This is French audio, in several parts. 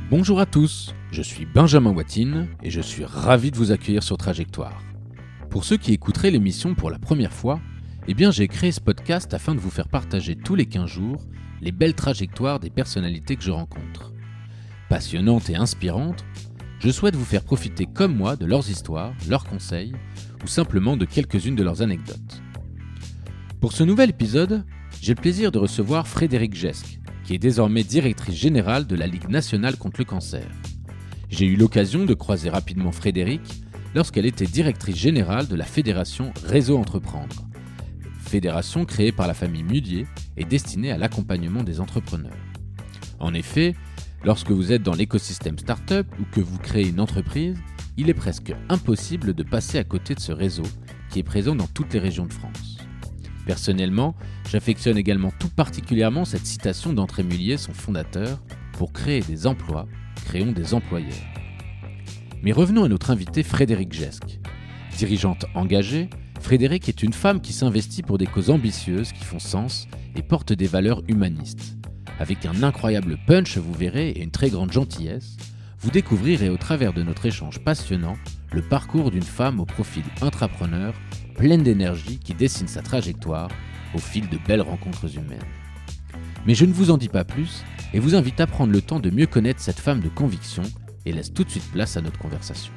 Bonjour à tous, je suis Benjamin Watine et je suis ravi de vous accueillir sur Trajectoire. Pour ceux qui écouteraient l'émission pour la première fois, j'ai créé ce podcast afin de vous faire partager tous les 15 jours les belles trajectoires des personnalités que je rencontre. Passionnantes et inspirantes, je souhaite vous faire profiter comme moi de leurs histoires, leurs conseils ou simplement de quelques-unes de leurs anecdotes. Pour ce nouvel épisode, j'ai le plaisir de recevoir Frédérique Gesque, qui est désormais directrice générale de la Ligue nationale contre le cancer. J'ai eu l'occasion de croiser rapidement Frédérique lorsqu'elle était directrice générale de la fédération Réseau Entreprendre, fédération créée par la famille Mulier et destinée à l'accompagnement des entrepreneurs. En effet, lorsque vous êtes dans l'écosystème start-up ou que vous créez une entreprise, il est presque impossible de passer à côté de ce réseau qui est présent dans toutes les régions de France. Personnellement, j'affectionne également tout particulièrement cette citation d'André Mulier, son fondateur, pour créer des emplois, créons des employeurs. Mais revenons à notre invitée Frédérique Gesque. Dirigeante engagée, Frédérique est une femme qui s'investit pour des causes ambitieuses qui font sens et portent des valeurs humanistes. Avec un incroyable punch, vous verrez, et une très grande gentillesse, vous découvrirez au travers de notre échange passionnant le parcours d'une femme au profil intrapreneur, pleine d'énergie qui dessine sa trajectoire au fil de belles rencontres humaines. Mais je ne vous en dis pas plus et vous invite à prendre le temps de mieux connaître cette femme de conviction et laisse tout de suite place à notre conversation.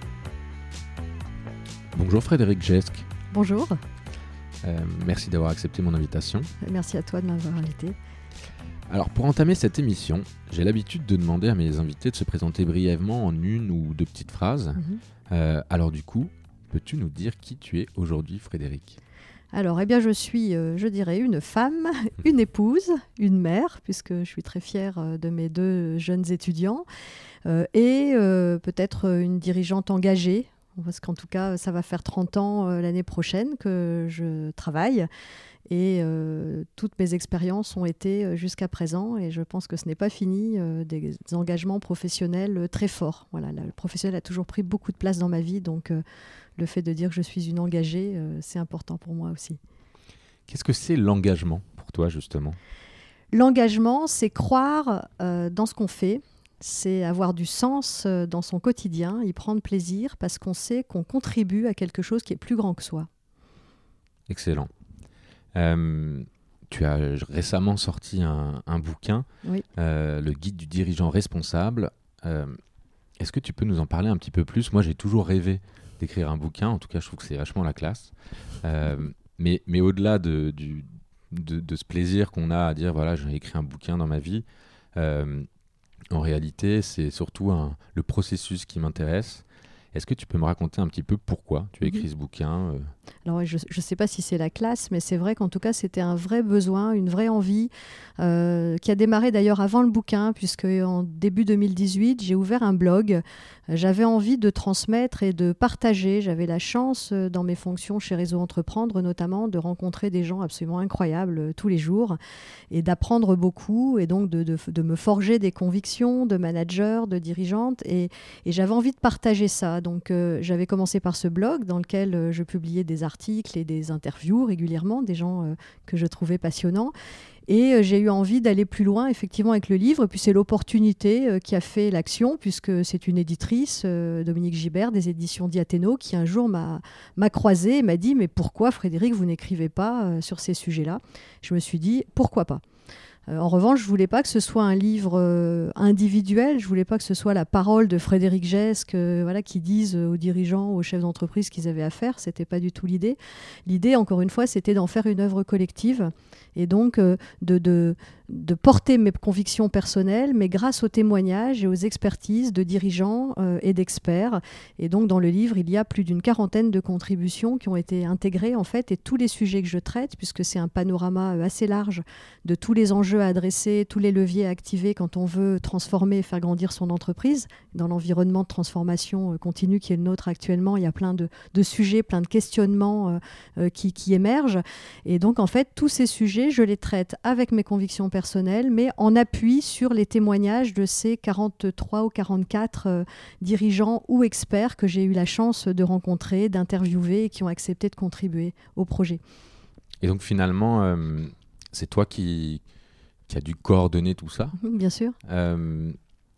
Bonjour Frédérique Gesque. Bonjour. Merci d'avoir accepté mon invitation. Merci à toi de m'avoir invité. Alors pour entamer cette émission, j'ai l'habitude de demander à mes invités de se présenter brièvement en une ou deux petites phrases. Alors du coup, peux-tu nous dire qui tu es aujourd'hui, Frédérique ? Alors, je suis, je dirais, une femme, une épouse, une mère, puisque je suis très fière de mes deux jeunes étudiants, et peut-être une dirigeante engagée, parce qu'en tout cas, ça va faire 30 ans l'année prochaine que je travaille, et toutes mes expériences ont été jusqu'à présent, et je pense que ce n'est pas fini, des engagements professionnels très forts. Voilà, le professionnel a toujours pris beaucoup de place dans ma vie, donc le fait de dire que je suis une engagée, c'est important pour moi aussi. Qu'est-ce que c'est l'engagement pour toi, justement ? L'engagement, c'est croire dans ce qu'on fait, c'est avoir du sens dans son quotidien, y prendre plaisir, parce qu'on sait qu'on contribue à quelque chose qui est plus grand que soi. Excellent. Tu as récemment sorti un bouquin, oui. Le guide du dirigeant responsable. Est-ce que tu peux nous en parler un petit peu plus ? Moi, j'ai toujours rêvé d'écrire un bouquin. En tout cas, je trouve que c'est vachement la classe. Mais au-delà de ce plaisir qu'on a à dire, voilà, j'ai écrit un bouquin dans ma vie, en réalité, c'est surtout le processus qui m'intéresse. Est-ce que tu peux me raconter un petit peu pourquoi tu as écrit ce bouquin ? Alors, je ne sais pas si c'est la classe, mais c'est vrai qu'en tout cas, c'était un vrai besoin, une vraie envie, qui a démarré d'ailleurs avant le bouquin, puisque en début 2018, j'ai ouvert un blog. J'avais envie de transmettre et de partager. J'avais la chance, dans mes fonctions chez Réseau Entreprendre notamment, de rencontrer des gens absolument incroyables tous les jours et d'apprendre beaucoup, et donc de me forger des convictions de manager, de dirigeante. Et j'avais envie de partager ça. Donc, j'avais commencé par ce blog dans lequel je publiais des articles et des interviews régulièrement, des gens que je trouvais passionnants. Et j'ai eu envie d'aller plus loin, effectivement, avec le livre. Puis c'est l'opportunité qui a fait l'action, puisque c'est une éditrice, Dominique Gibert, des éditions Diathéno, qui un jour m'a croisée et m'a dit « Mais pourquoi, Frédérique, vous n'écrivez pas sur ces sujets-là » Je me suis dit « Pourquoi pas ?» En revanche, je ne voulais pas que ce soit un livre individuel, je ne voulais pas que ce soit la parole de Frédérique Gesque qui dise aux dirigeants, aux chefs d'entreprise ce qu'ils avaient à faire. Ce n'était pas du tout l'idée. L'idée, encore une fois, c'était d'en faire une œuvre collective et donc de porter mes convictions personnelles, mais grâce aux témoignages et aux expertises de dirigeants et d'experts. Et donc, dans le livre, il y a plus d'une 40aine de contributions qui ont été intégrées, en fait, et tous les sujets que je traite, puisque c'est un panorama assez large de tous les enjeux à adresser, tous les leviers à activer quand on veut transformer et faire grandir son entreprise. Dans l'environnement de transformation continue qui est le nôtre actuellement, il y a plein de sujets, plein de questionnements qui émergent. Et donc, en fait, tous ces sujets, je les traite avec mes convictions personnelles, mais en appui sur les témoignages de ces 43 ou 44 dirigeants ou experts que j'ai eu la chance de rencontrer, d'interviewer et qui ont accepté de contribuer au projet. Et donc, finalement, c'est toi qui a dû coordonner tout ça. Bien sûr.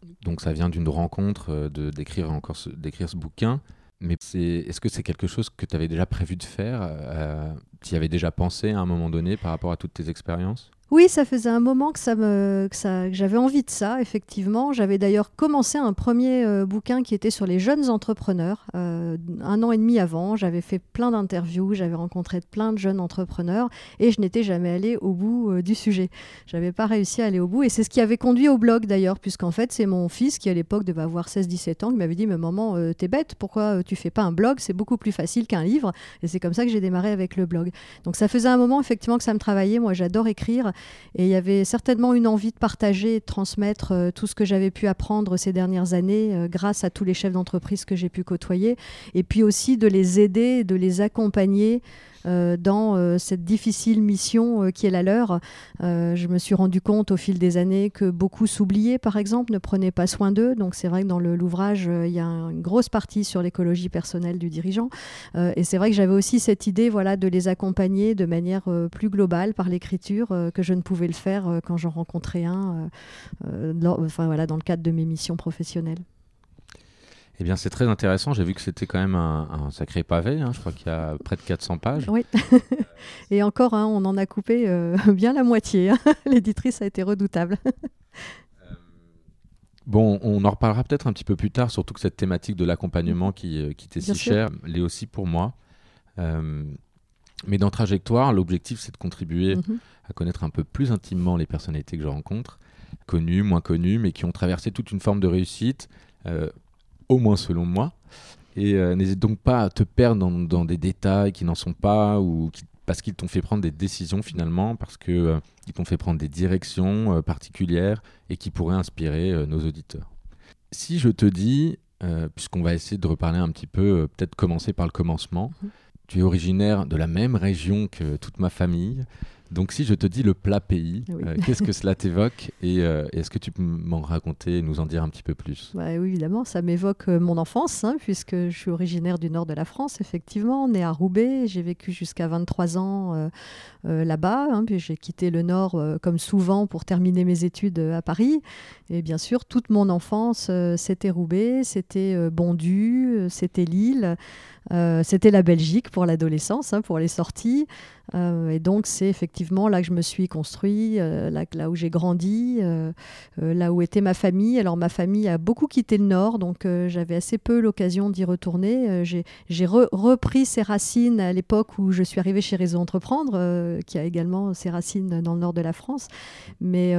Donc ça vient d'une rencontre d'écrire ce bouquin. Mais est-ce que c'est quelque chose que tu avais déjà prévu de faire tu y avais déjà pensé à un moment donné par rapport à toutes tes expériences ? Oui, ça faisait un moment que j'avais envie de ça, effectivement. J'avais d'ailleurs commencé un premier bouquin qui était sur les jeunes entrepreneurs. 1 an et demi avant, j'avais fait plein d'interviews, j'avais rencontré plein de jeunes entrepreneurs et je n'étais jamais allée au bout du sujet. Je n'avais pas réussi à aller au bout et c'est ce qui avait conduit au blog d'ailleurs, puisqu'en fait, c'est mon fils qui à l'époque devait avoir 16-17 ans qui m'avait dit « Mais maman, t'es bête, pourquoi tu fais pas un blog ? C'est beaucoup plus facile qu'un livre. » Et c'est comme ça que j'ai démarré avec le blog. Donc ça faisait un moment effectivement que ça me travaillait. Moi, j'adore écrire. Et il y avait certainement une envie de partager et de transmettre tout ce que j'avais pu apprendre ces dernières années grâce à tous les chefs d'entreprise que j'ai pu côtoyer. Et puis aussi de les aider, de les accompagner dans cette difficile mission qui est la leur. Je me suis rendu compte au fil des années que beaucoup s'oubliaient, par exemple, ne prenaient pas soin d'eux. Donc c'est vrai que dans l'ouvrage, il y a une grosse partie sur l'écologie personnelle du dirigeant. Et c'est vrai que j'avais aussi cette idée de les accompagner de manière plus globale par l'écriture, que je ne pouvais le faire quand j'en rencontrais un, dans le cadre de mes missions professionnelles. Eh bien, c'est très intéressant. J'ai vu que c'était quand même un sacré pavé. Je crois qu'il y a près de 400 pages. Oui. Et encore, on en a coupé bien la moitié. L'éditrice a été redoutable. Bon, on en reparlera peut-être un petit peu plus tard, surtout que cette thématique de l'accompagnement qui t'est si chère, l'est aussi pour moi. Mais dans Trajectoire, l'objectif, c'est de contribuer à connaître un peu plus intimement les personnalités que je rencontre, connues, moins connues, mais qui ont traversé toute une forme de réussite, au moins selon moi. Et n'hésite donc pas à te perdre dans des détails qui n'en sont pas, parce qu'ils t'ont fait prendre des décisions finalement, parce qu'ils t'ont fait prendre des directions particulières et qui pourraient inspirer nos auditeurs. Si je te dis, puisqu'on va essayer de reparler un petit peu, peut-être commencer par le commencement, tu es originaire de la même région que toute ma famille. Donc si je te dis le plat pays, oui. Qu'est-ce que cela t'évoque et est-ce que tu peux m'en raconter et nous en dire un petit peu plus ? Oui, évidemment, ça m'évoque mon enfance, puisque je suis originaire du nord de la France, effectivement, née à Roubaix. J'ai vécu jusqu'à 23 ans là-bas, puis j'ai quitté le nord comme souvent pour terminer mes études à Paris. Et bien sûr, toute mon enfance, c'était Roubaix, c'était Bondy, c'était Lille. C'était la Belgique pour l'adolescence, pour les sorties. Et donc, c'est effectivement là que je me suis construit, là où j'ai grandi, là où était ma famille. Alors, ma famille a beaucoup quitté le Nord, donc j'avais assez peu l'occasion d'y retourner. J'ai repris ses racines à l'époque où je suis arrivée chez Réseau Entreprendre, qui a également ses racines dans le nord de la France. Mais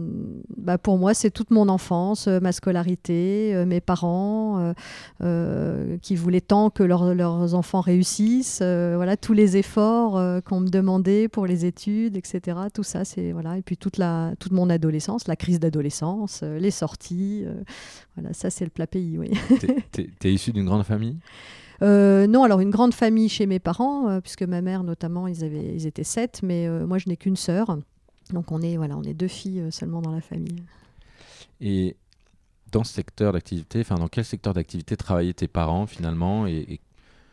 pour moi, c'est toute mon enfance, ma scolarité, mes parents qui voulaient tant que leurs enfants réussissent, tous les efforts qu'on me demandait pour les études, etc. Tout ça, c'est et puis toute mon adolescence, la crise d'adolescence, les sorties, ça c'est le plat pays, oui. T'es issu d'une grande famille ? Non, alors une grande famille chez mes parents, puisque ma mère notamment, ils étaient 7, mais moi je n'ai qu'une sœur, donc on est 2 filles seulement dans la famille. Et dans ce secteur d'activité, dans quel secteur d'activité travaillaient tes parents finalement et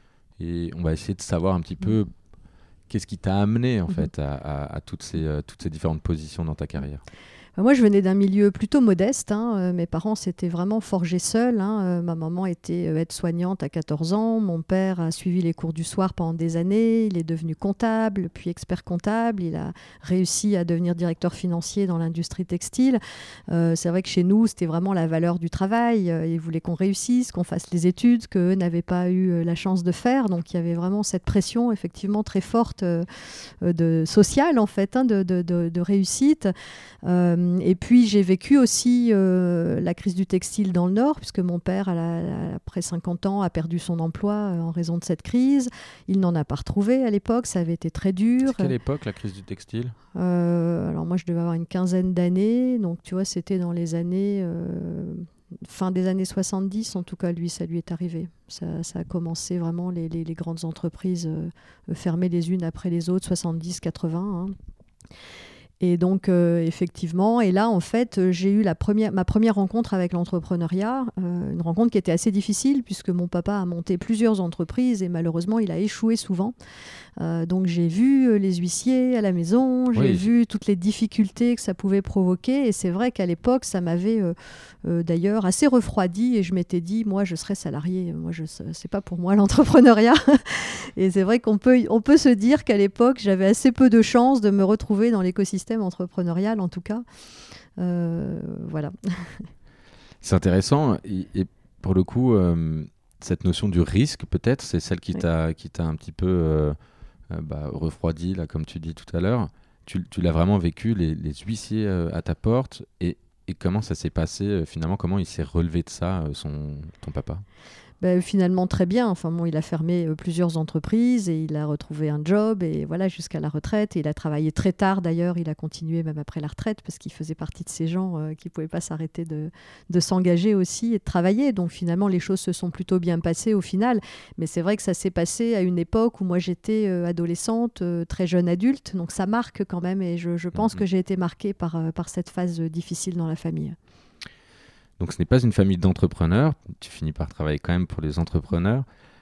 on va essayer de savoir un petit peu qu'est-ce qui t'a amené en fait à toutes ces différentes positions dans ta carrière. Moi, je venais d'un milieu plutôt modeste. Mes parents s'étaient vraiment forgés seuls. Ma maman était aide-soignante à 14 ans. Mon père a suivi les cours du soir pendant des années. Il est devenu comptable, puis expert comptable. Il a réussi à devenir directeur financier dans l'industrie textile. C'est vrai que chez nous, c'était vraiment la valeur du travail. Ils voulaient qu'on réussisse, qu'on fasse les études qu'eux n'avaient pas eu la chance de faire. Donc, il y avait vraiment cette pression effectivement très forte sociale, en fait, de réussite. Et puis j'ai vécu aussi la crise du textile dans le Nord, puisque mon père, après 50 ans, a perdu son emploi en raison de cette crise. Il n'en a pas retrouvé à l'époque, ça avait été très dur. C'est quelle époque, la crise du textile ? Alors moi, je devais avoir une quinzaine d'années, donc tu vois, c'était dans les années... fin des années 70, en tout cas, ça lui est arrivé. Ça a commencé vraiment, les grandes entreprises fermées les unes après les autres, 70, 80. Et donc, effectivement, et là, en fait, j'ai eu ma première rencontre avec l'entrepreneuriat, une rencontre qui était assez difficile puisque mon papa a monté plusieurs entreprises et malheureusement, il a échoué souvent. Donc, j'ai vu les huissiers à la maison, j'ai vu toutes les difficultés que ça pouvait provoquer et c'est vrai qu'à l'époque, ça m'avait d'ailleurs assez refroidi et je m'étais dit, moi, je serais salarié, c'est pas pour moi l'entrepreneuriat. Et c'est vrai on peut se dire qu'à l'époque, j'avais assez peu de chance de me retrouver dans l'écosystème entrepreneurial, en tout cas. Voilà. C'est intéressant. Et pour le coup, cette notion du risque, peut-être, c'est celle qui t'a un petit peu refroidi, là, comme tu dis tout à l'heure. Tu l'as vraiment vécu, les huissiers à ta porte. Et comment ça s'est passé, finalement? Comment il s'est relevé de ça, ton papa? Finalement très bien. Enfin, bon, il a fermé plusieurs entreprises et il a retrouvé un job et voilà jusqu'à la retraite. Et il a travaillé très tard d'ailleurs. Il a continué même après la retraite parce qu'il faisait partie de ces gens qui ne pouvaient pas s'arrêter de s'engager aussi et de travailler. Donc finalement, les choses se sont plutôt bien passées au final. Mais c'est vrai que ça s'est passé à une époque où moi j'étais adolescente, très jeune adulte. Donc ça marque quand même et je pense que j'ai été marquée par cette phase difficile dans la famille. Donc ce n'est pas une famille d'entrepreneurs, tu finis par travailler quand même pour les entrepreneurs.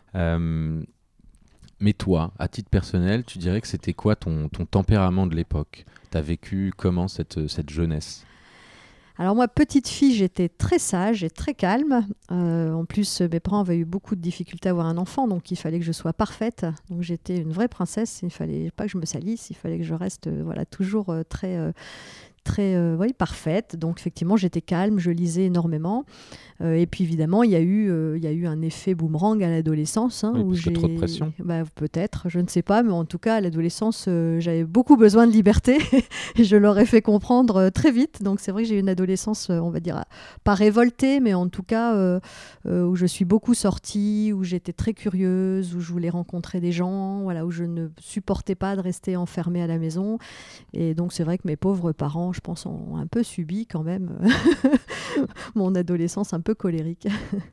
Mais toi, à titre personnel, tu dirais que c'était quoi ton tempérament de l'époque? Tu as vécu comment cette jeunesse? Alors moi, petite fille, j'étais très sage et très calme. En plus, mes parents avaient eu beaucoup de difficultés à avoir un enfant, donc il fallait que je sois parfaite. Donc j'étais une vraie princesse, il ne fallait pas que je me salisse, il fallait que je reste toujours très parfaite. Donc effectivement, j'étais calme, je lisais énormément. Et puis évidemment, il y a eu un effet boomerang à l'adolescence. Où j'ai trop de pression. Peut-être, je ne sais pas, mais en tout cas, à l'adolescence, j'avais beaucoup besoin de liberté et je leur ai fait comprendre très vite. Donc c'est vrai que j'ai eu une adolescence, on va dire, pas révoltée, mais en tout cas où je suis beaucoup sortie, où j'étais très curieuse, où je voulais rencontrer des gens, où je ne supportais pas de rester enfermée à la maison. Et donc c'est vrai que mes pauvres parents, je pense, ont un peu subi quand même mon adolescence un peu colérique.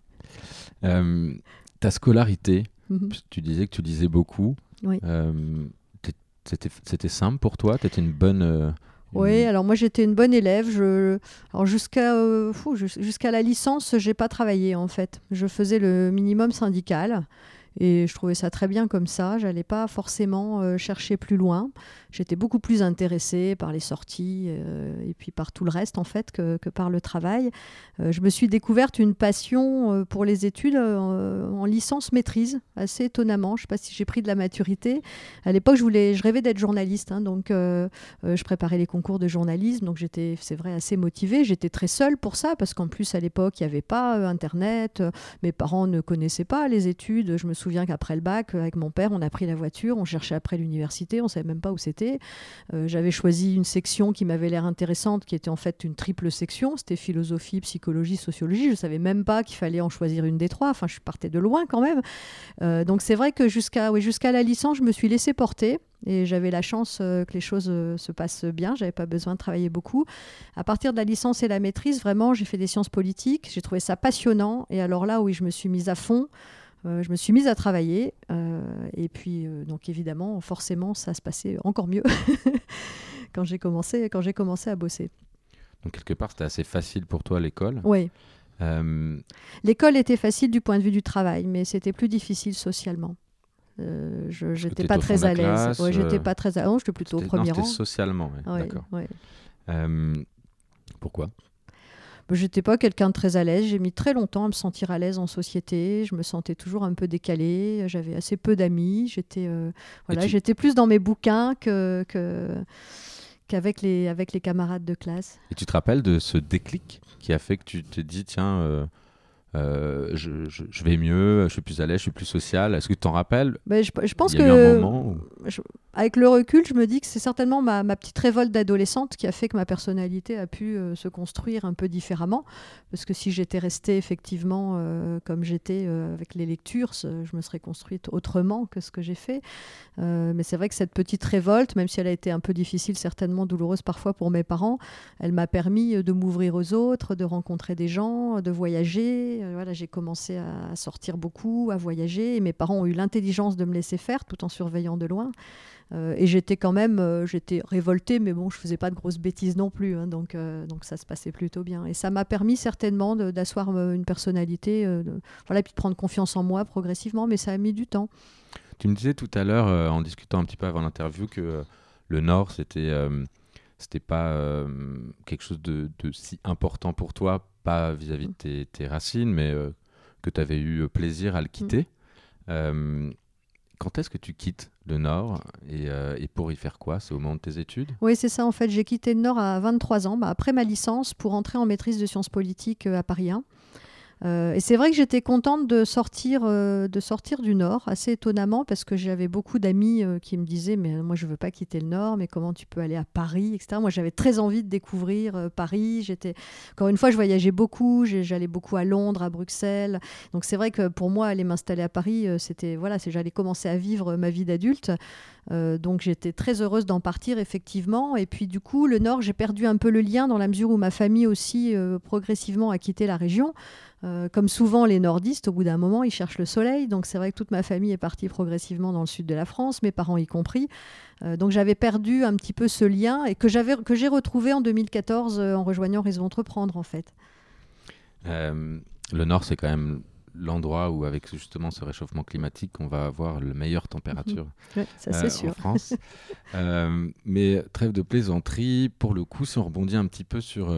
Ta scolarité, tu disais que tu lisais beaucoup. Oui. C'était simple pour toi? Tu étais une bonne... Oui, alors moi j'étais une bonne élève. Alors jusqu'à la licence, j'ai pas travaillé en fait. Je faisais le minimum syndical. Et je trouvais ça très bien comme ça. Je n'allais pas forcément chercher plus loin. J'étais beaucoup plus intéressée par les sorties et puis par tout le reste en fait que par le travail. Je me suis découverte une passion pour les études en licence maîtrise, assez étonnamment. Je ne sais pas si j'ai pris de la maturité. À l'époque, je rêvais d'être journaliste. Donc je préparais les concours de journalisme. Donc j'étais, c'est vrai, assez motivée. J'étais très seule pour ça parce qu'en plus, à l'époque, il n'y avait pas Internet. Mes parents ne connaissaient pas les études. Je me souviens qu'après le bac, avec mon père, on a pris la voiture, on cherchait après l'université, on ne savait même pas où c'était. J'avais choisi une section qui m'avait l'air intéressante, qui était en fait une triple section. C'était philosophie, psychologie, sociologie. Je ne savais même pas qu'il fallait en choisir une des trois. Enfin, je partais de loin quand même. Donc c'est vrai que jusqu'à la licence, je me suis laissée porter. Et j'avais la chance que les choses se passent bien. Je n'avais pas besoin de travailler beaucoup. À partir de la licence et la maîtrise, vraiment, j'ai fait des sciences politiques. J'ai trouvé ça passionnant. Et alors là, oui, je me suis mise à fond. Je me suis mise à travailler et puis donc évidemment forcément ça se passait encore mieux quand j'ai commencé à bosser. Donc quelque part c'était assez facile pour toi l'école. Oui. L'école était facile du point de vue du travail, mais c'était plus difficile socialement. Je n'étais pas très à l'aise. Ouais, j'étais pas très à l'aise. J'étais plutôt au premier rang. Socialement, ouais, d'accord. Ouais. Pourquoi ? J'étais pas quelqu'un de très à l'aise. J'ai mis très longtemps à me sentir à l'aise en société. Je me sentais toujours un peu décalée. J'avais assez peu d'amis. J'étais plus dans mes bouquins qu'avec les camarades de classe. Et tu te rappelles de ce déclic qui a fait que tu te dis tiens, je vais mieux, je suis plus à l'aise, je suis plus social. Est-ce que tu t'en rappelles ? Je pense Il y a eu un moment où... Avec le recul, je me dis que c'est certainement ma petite révolte d'adolescente qui a fait que ma personnalité a pu se construire un peu différemment. Parce que si j'étais restée effectivement comme j'étais avec les lectures, je me serais construite autrement que ce que j'ai fait. Mais c'est vrai que cette petite révolte, même si elle a été un peu difficile, certainement douloureuse parfois pour mes parents, elle m'a permis de m'ouvrir aux autres, de rencontrer des gens, de voyager. J'ai commencé à sortir beaucoup, à voyager. Et mes parents ont eu l'intelligence de me laisser faire tout en surveillant de loin. Et j'étais quand même j'étais révoltée, mais bon, je faisais pas de grosses bêtises non plus, hein, donc ça se passait plutôt bien. Et ça m'a permis certainement d'asseoir une personnalité, voilà, puis de prendre confiance en moi progressivement, mais ça a mis du temps. Tu me disais tout à l'heure, en discutant un petit peu avant l'interview, que le Nord, c'était pas quelque chose de si important pour toi, pas vis-à-vis de tes racines, mais que tu avais eu plaisir à le quitter. Quand est-ce que tu quittes le Nord et pour y faire quoi? C'est au moment de tes études? Oui, c'est ça. En fait, j'ai quitté le Nord à 23 ans, après ma licence, pour entrer en maîtrise de sciences politiques à Paris 1. Et c'est vrai que j'étais contente de sortir du Nord, assez étonnamment, parce que j'avais beaucoup d'amis qui me disaient « mais moi je veux pas quitter le Nord, mais comment tu peux aller à Paris ?» etc. Moi j'avais très envie de découvrir Paris. Encore une fois, je voyageais beaucoup, j'allais beaucoup à Londres, à Bruxelles. Donc c'est vrai que pour moi, aller m'installer à Paris, j'allais commencer à vivre ma vie d'adulte. Donc j'étais très heureuse d'en partir, effectivement. Et puis du coup, le Nord, j'ai perdu un peu le lien dans la mesure où ma famille aussi progressivement a quitté la région. Comme souvent les nordistes, au bout d'un moment, ils cherchent le soleil. Donc c'est vrai que toute ma famille est partie progressivement dans le sud de la France, mes parents y compris. Donc j'avais perdu un petit peu ce lien et que j'ai retrouvé en 2014 en rejoignant Réseau Entreprendre, en fait. Le Nord, c'est quand même l'endroit où, avec justement ce réchauffement climatique, on va avoir la meilleure température ouais, ça, c'est sûr. en France. Mais trêve de plaisanterie, pour le coup, si on rebondit un petit peu sur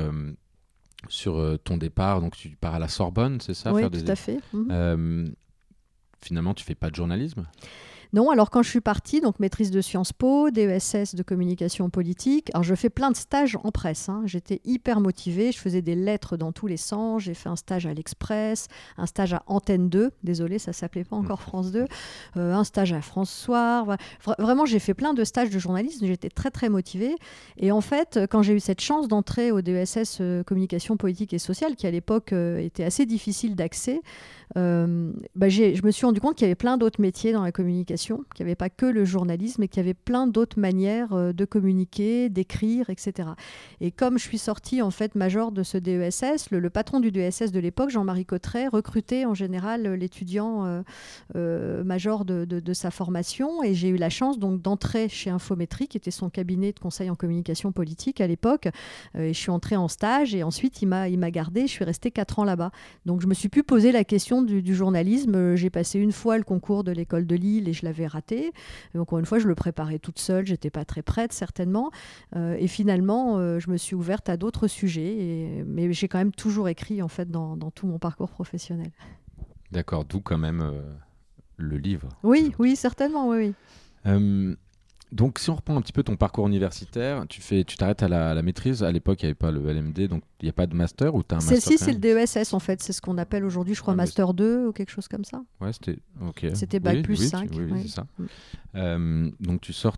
ton départ, donc tu pars à la Sorbonne, c'est ça? Oui, tout à fait. Finalement, tu fais pas de journalisme? Non, alors quand je suis partie, donc maîtrise de Sciences Po, DESS de communication politique, alors je fais plein de stages en presse, hein. J'étais hyper motivée, je faisais des lettres dans tous les sens, j'ai fait un stage à l'Express, un stage à Antenne 2, désolé, ça s'appelait pas encore France 2, un stage à France Soir, voilà. Vraiment j'ai fait plein de stages de journalisme, j'étais très très motivée. Et en fait, quand j'ai eu cette chance d'entrer au DESS communication politique et sociale, qui à l'époque était assez difficile d'accès, je me suis rendu compte qu'il y avait plein d'autres métiers dans la communication, qu'il n'y avait pas que le journalisme et qu'il y avait plein d'autres manières de communiquer, d'écrire, etc. Et comme je suis sortie en fait major de ce DESS, le patron du DESS de l'époque, Jean-Marie Cotret, recrutait en général l'étudiant major de sa formation, et j'ai eu la chance donc d'entrer chez Infométrie, qui était son cabinet de conseil en communication politique à l'époque, et je suis entrée en stage et ensuite il m'a gardée, je suis restée 4 ans là-bas. Donc je me suis plus posé la question du journalisme. J'ai passé une fois le concours de l'école de Lille et je l'avais raté. Et encore une fois, je le préparais toute seule, j'étais pas très prête certainement. Et finalement, je me suis ouverte à d'autres sujets. Mais j'ai quand même toujours écrit en fait dans tout mon parcours professionnel. D'accord, d'où quand même le livre. Oui, certainement, oui. Donc, si on reprend un petit peu ton parcours universitaire, tu t'arrêtes à la maîtrise. À l'époque, il n'y avait pas le LMD, donc il n'y a pas de master, ou tu as un master? Celle-ci, c'est le DESS, en fait. C'est ce qu'on appelle aujourd'hui, je crois, Master 2 ou quelque chose comme ça. Ouais, c'était... Ok. C'était Bac plus 5. Oui, c'est ça. Donc, tu sors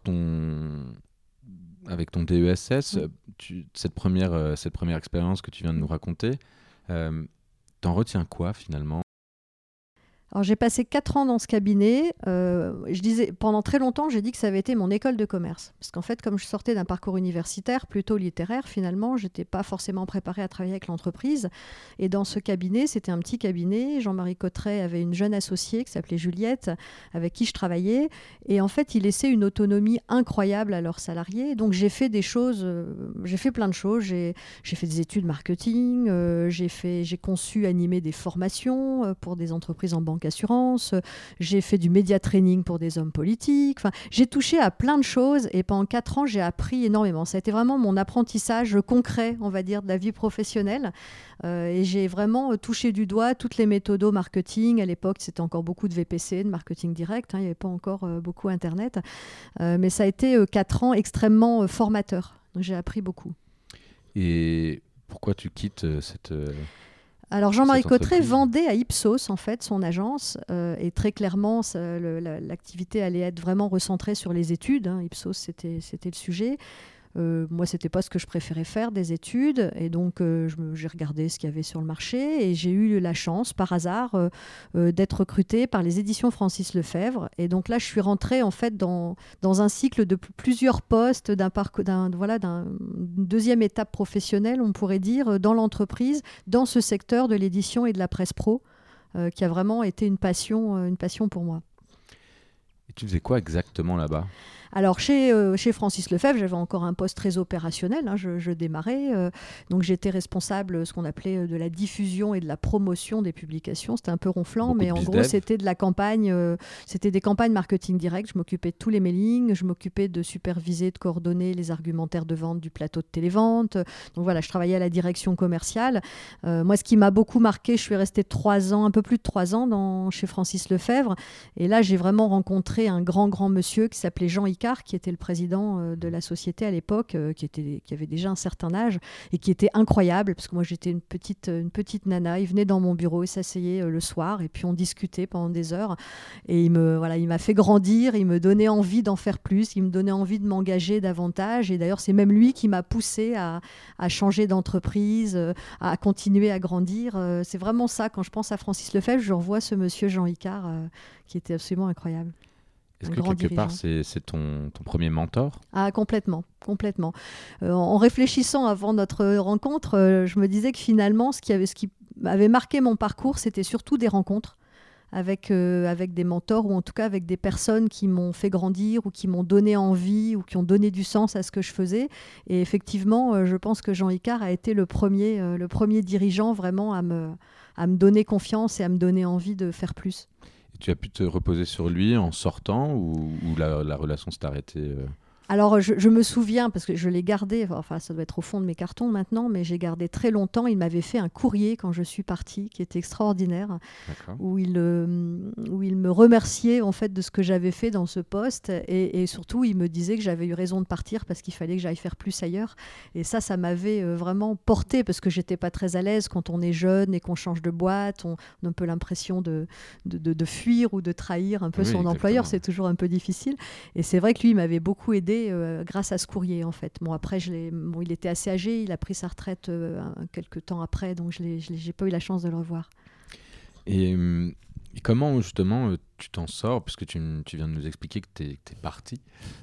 avec ton DESS, cette première expérience que tu viens de nous raconter, t'en retiens quoi, finalement? Alors j'ai passé 4 ans dans ce cabinet. Pendant très longtemps, j'ai dit que ça avait été mon école de commerce. Parce qu'en fait, comme je sortais d'un parcours universitaire plutôt littéraire, finalement, je n'étais pas forcément préparée à travailler avec l'entreprise. Et dans ce cabinet, c'était un petit cabinet. Jean-Marie Cotret avait une jeune associée qui s'appelait Juliette, avec qui je travaillais. Et en fait, il laissait une autonomie incroyable à leurs salariés. Donc j'ai fait j'ai fait plein de choses. J'ai fait des études marketing, j'ai conçu, animé des formations pour des entreprises en banque assurance, j'ai fait du média training pour des hommes politiques, j'ai touché à plein de choses et pendant 4 ans j'ai appris énormément. Ça a été vraiment mon apprentissage concret, on va dire, de la vie professionnelle, et j'ai vraiment touché du doigt toutes les méthodos marketing. À l'époque c'était encore beaucoup de VPC, de marketing direct, il n'y avait pas encore beaucoup internet, mais ça a été 4 ans extrêmement formateurs. Donc j'ai appris beaucoup. Et pourquoi tu quittes cette... Alors Jean-Marie Cotret vendait à Ipsos en fait son agence, et très clairement l'activité allait être vraiment recentrée sur les études, hein. Ipsos c'était le sujet. Moi, c'était pas ce que je préférais faire, des études, et donc j'ai regardé ce qu'il y avait sur le marché et j'ai eu la chance, par hasard, d'être recrutée par les éditions Francis Lefebvre. Et donc là, je suis rentrée en fait dans un cycle de plusieurs postes, d'une deuxième étape professionnelle, on pourrait dire, dans l'entreprise, dans ce secteur de l'édition et de la presse pro, qui a vraiment été une passion pour moi. Et tu faisais quoi exactement là-bas ? Alors, chez Francis Lefebvre, j'avais encore un poste très opérationnel. Je démarrais. Donc, j'étais responsable, ce qu'on appelait de la diffusion et de la promotion des publications. C'était un peu ronflant, Beaucoup mais de en biz gros, dev. c'était de la campagne. C'était des campagnes marketing direct. Je m'occupais de tous les mailings. Je m'occupais de superviser, de coordonner les argumentaires de vente du plateau de télévente. Donc, voilà, je travaillais à la direction commerciale. Moi, ce qui m'a beaucoup marqué, je suis restée 3 ans, un peu plus de 3 ans chez Francis Lefebvre. Et là, j'ai vraiment rencontré un grand monsieur qui s'appelait Jean Icard, qui était le président de la société à l'époque, qui avait déjà un certain âge et qui était incroyable, parce que moi, j'étais une petite nana. Il venait dans mon bureau, il s'asseyait le soir, et puis on discutait pendant des heures. Et il m'a fait grandir, il me donnait envie d'en faire plus, il me donnait envie de m'engager davantage. Et d'ailleurs, c'est même lui qui m'a poussée à changer d'entreprise, à continuer à grandir. C'est vraiment ça. Quand je pense à Francis Lefebvre, je revois ce monsieur Jean Icard qui était absolument incroyable. Est-ce Un que grand quelque part, dirigeant. c'est ton premier mentor? Ah, complètement. En réfléchissant avant notre rencontre, je me disais que finalement, ce qui avait marqué mon parcours, c'était surtout des rencontres avec des mentors, ou en tout cas avec des personnes qui m'ont fait grandir, ou qui m'ont donné envie, ou qui ont donné du sens à ce que je faisais. Et effectivement, je pense que Jean Icard a été le premier dirigeant vraiment à me donner confiance et à me donner envie de faire plus. Et tu as pu te reposer sur lui en sortant ou la relation s'est arrêtée Alors, je me souviens, parce que je l'ai gardé, enfin, ça doit être au fond de mes cartons maintenant, mais j'ai gardé très longtemps. Il m'avait fait un courrier quand je suis partie, qui était extraordinaire, D'accord. où il me remerciait en fait de ce que j'avais fait dans ce poste, et surtout, il me disait que j'avais eu raison de partir parce qu'il fallait que j'aille faire plus ailleurs. Et ça m'avait vraiment porté, parce que j'étais pas très à l'aise quand on est jeune et qu'on change de boîte. On a un peu l'impression de fuir ou de trahir un peu Oui, son exactement. employeur. C'est toujours un peu difficile. Et c'est vrai que lui, il m'avait beaucoup aidé grâce à ce courrier, en fait. Bon, après, il était assez âgé, il a pris sa retraite quelques temps après, donc j'ai pas eu la chance de le revoir. Et comment justement tu t'en sors, puisque tu viens de nous expliquer que tu es parti.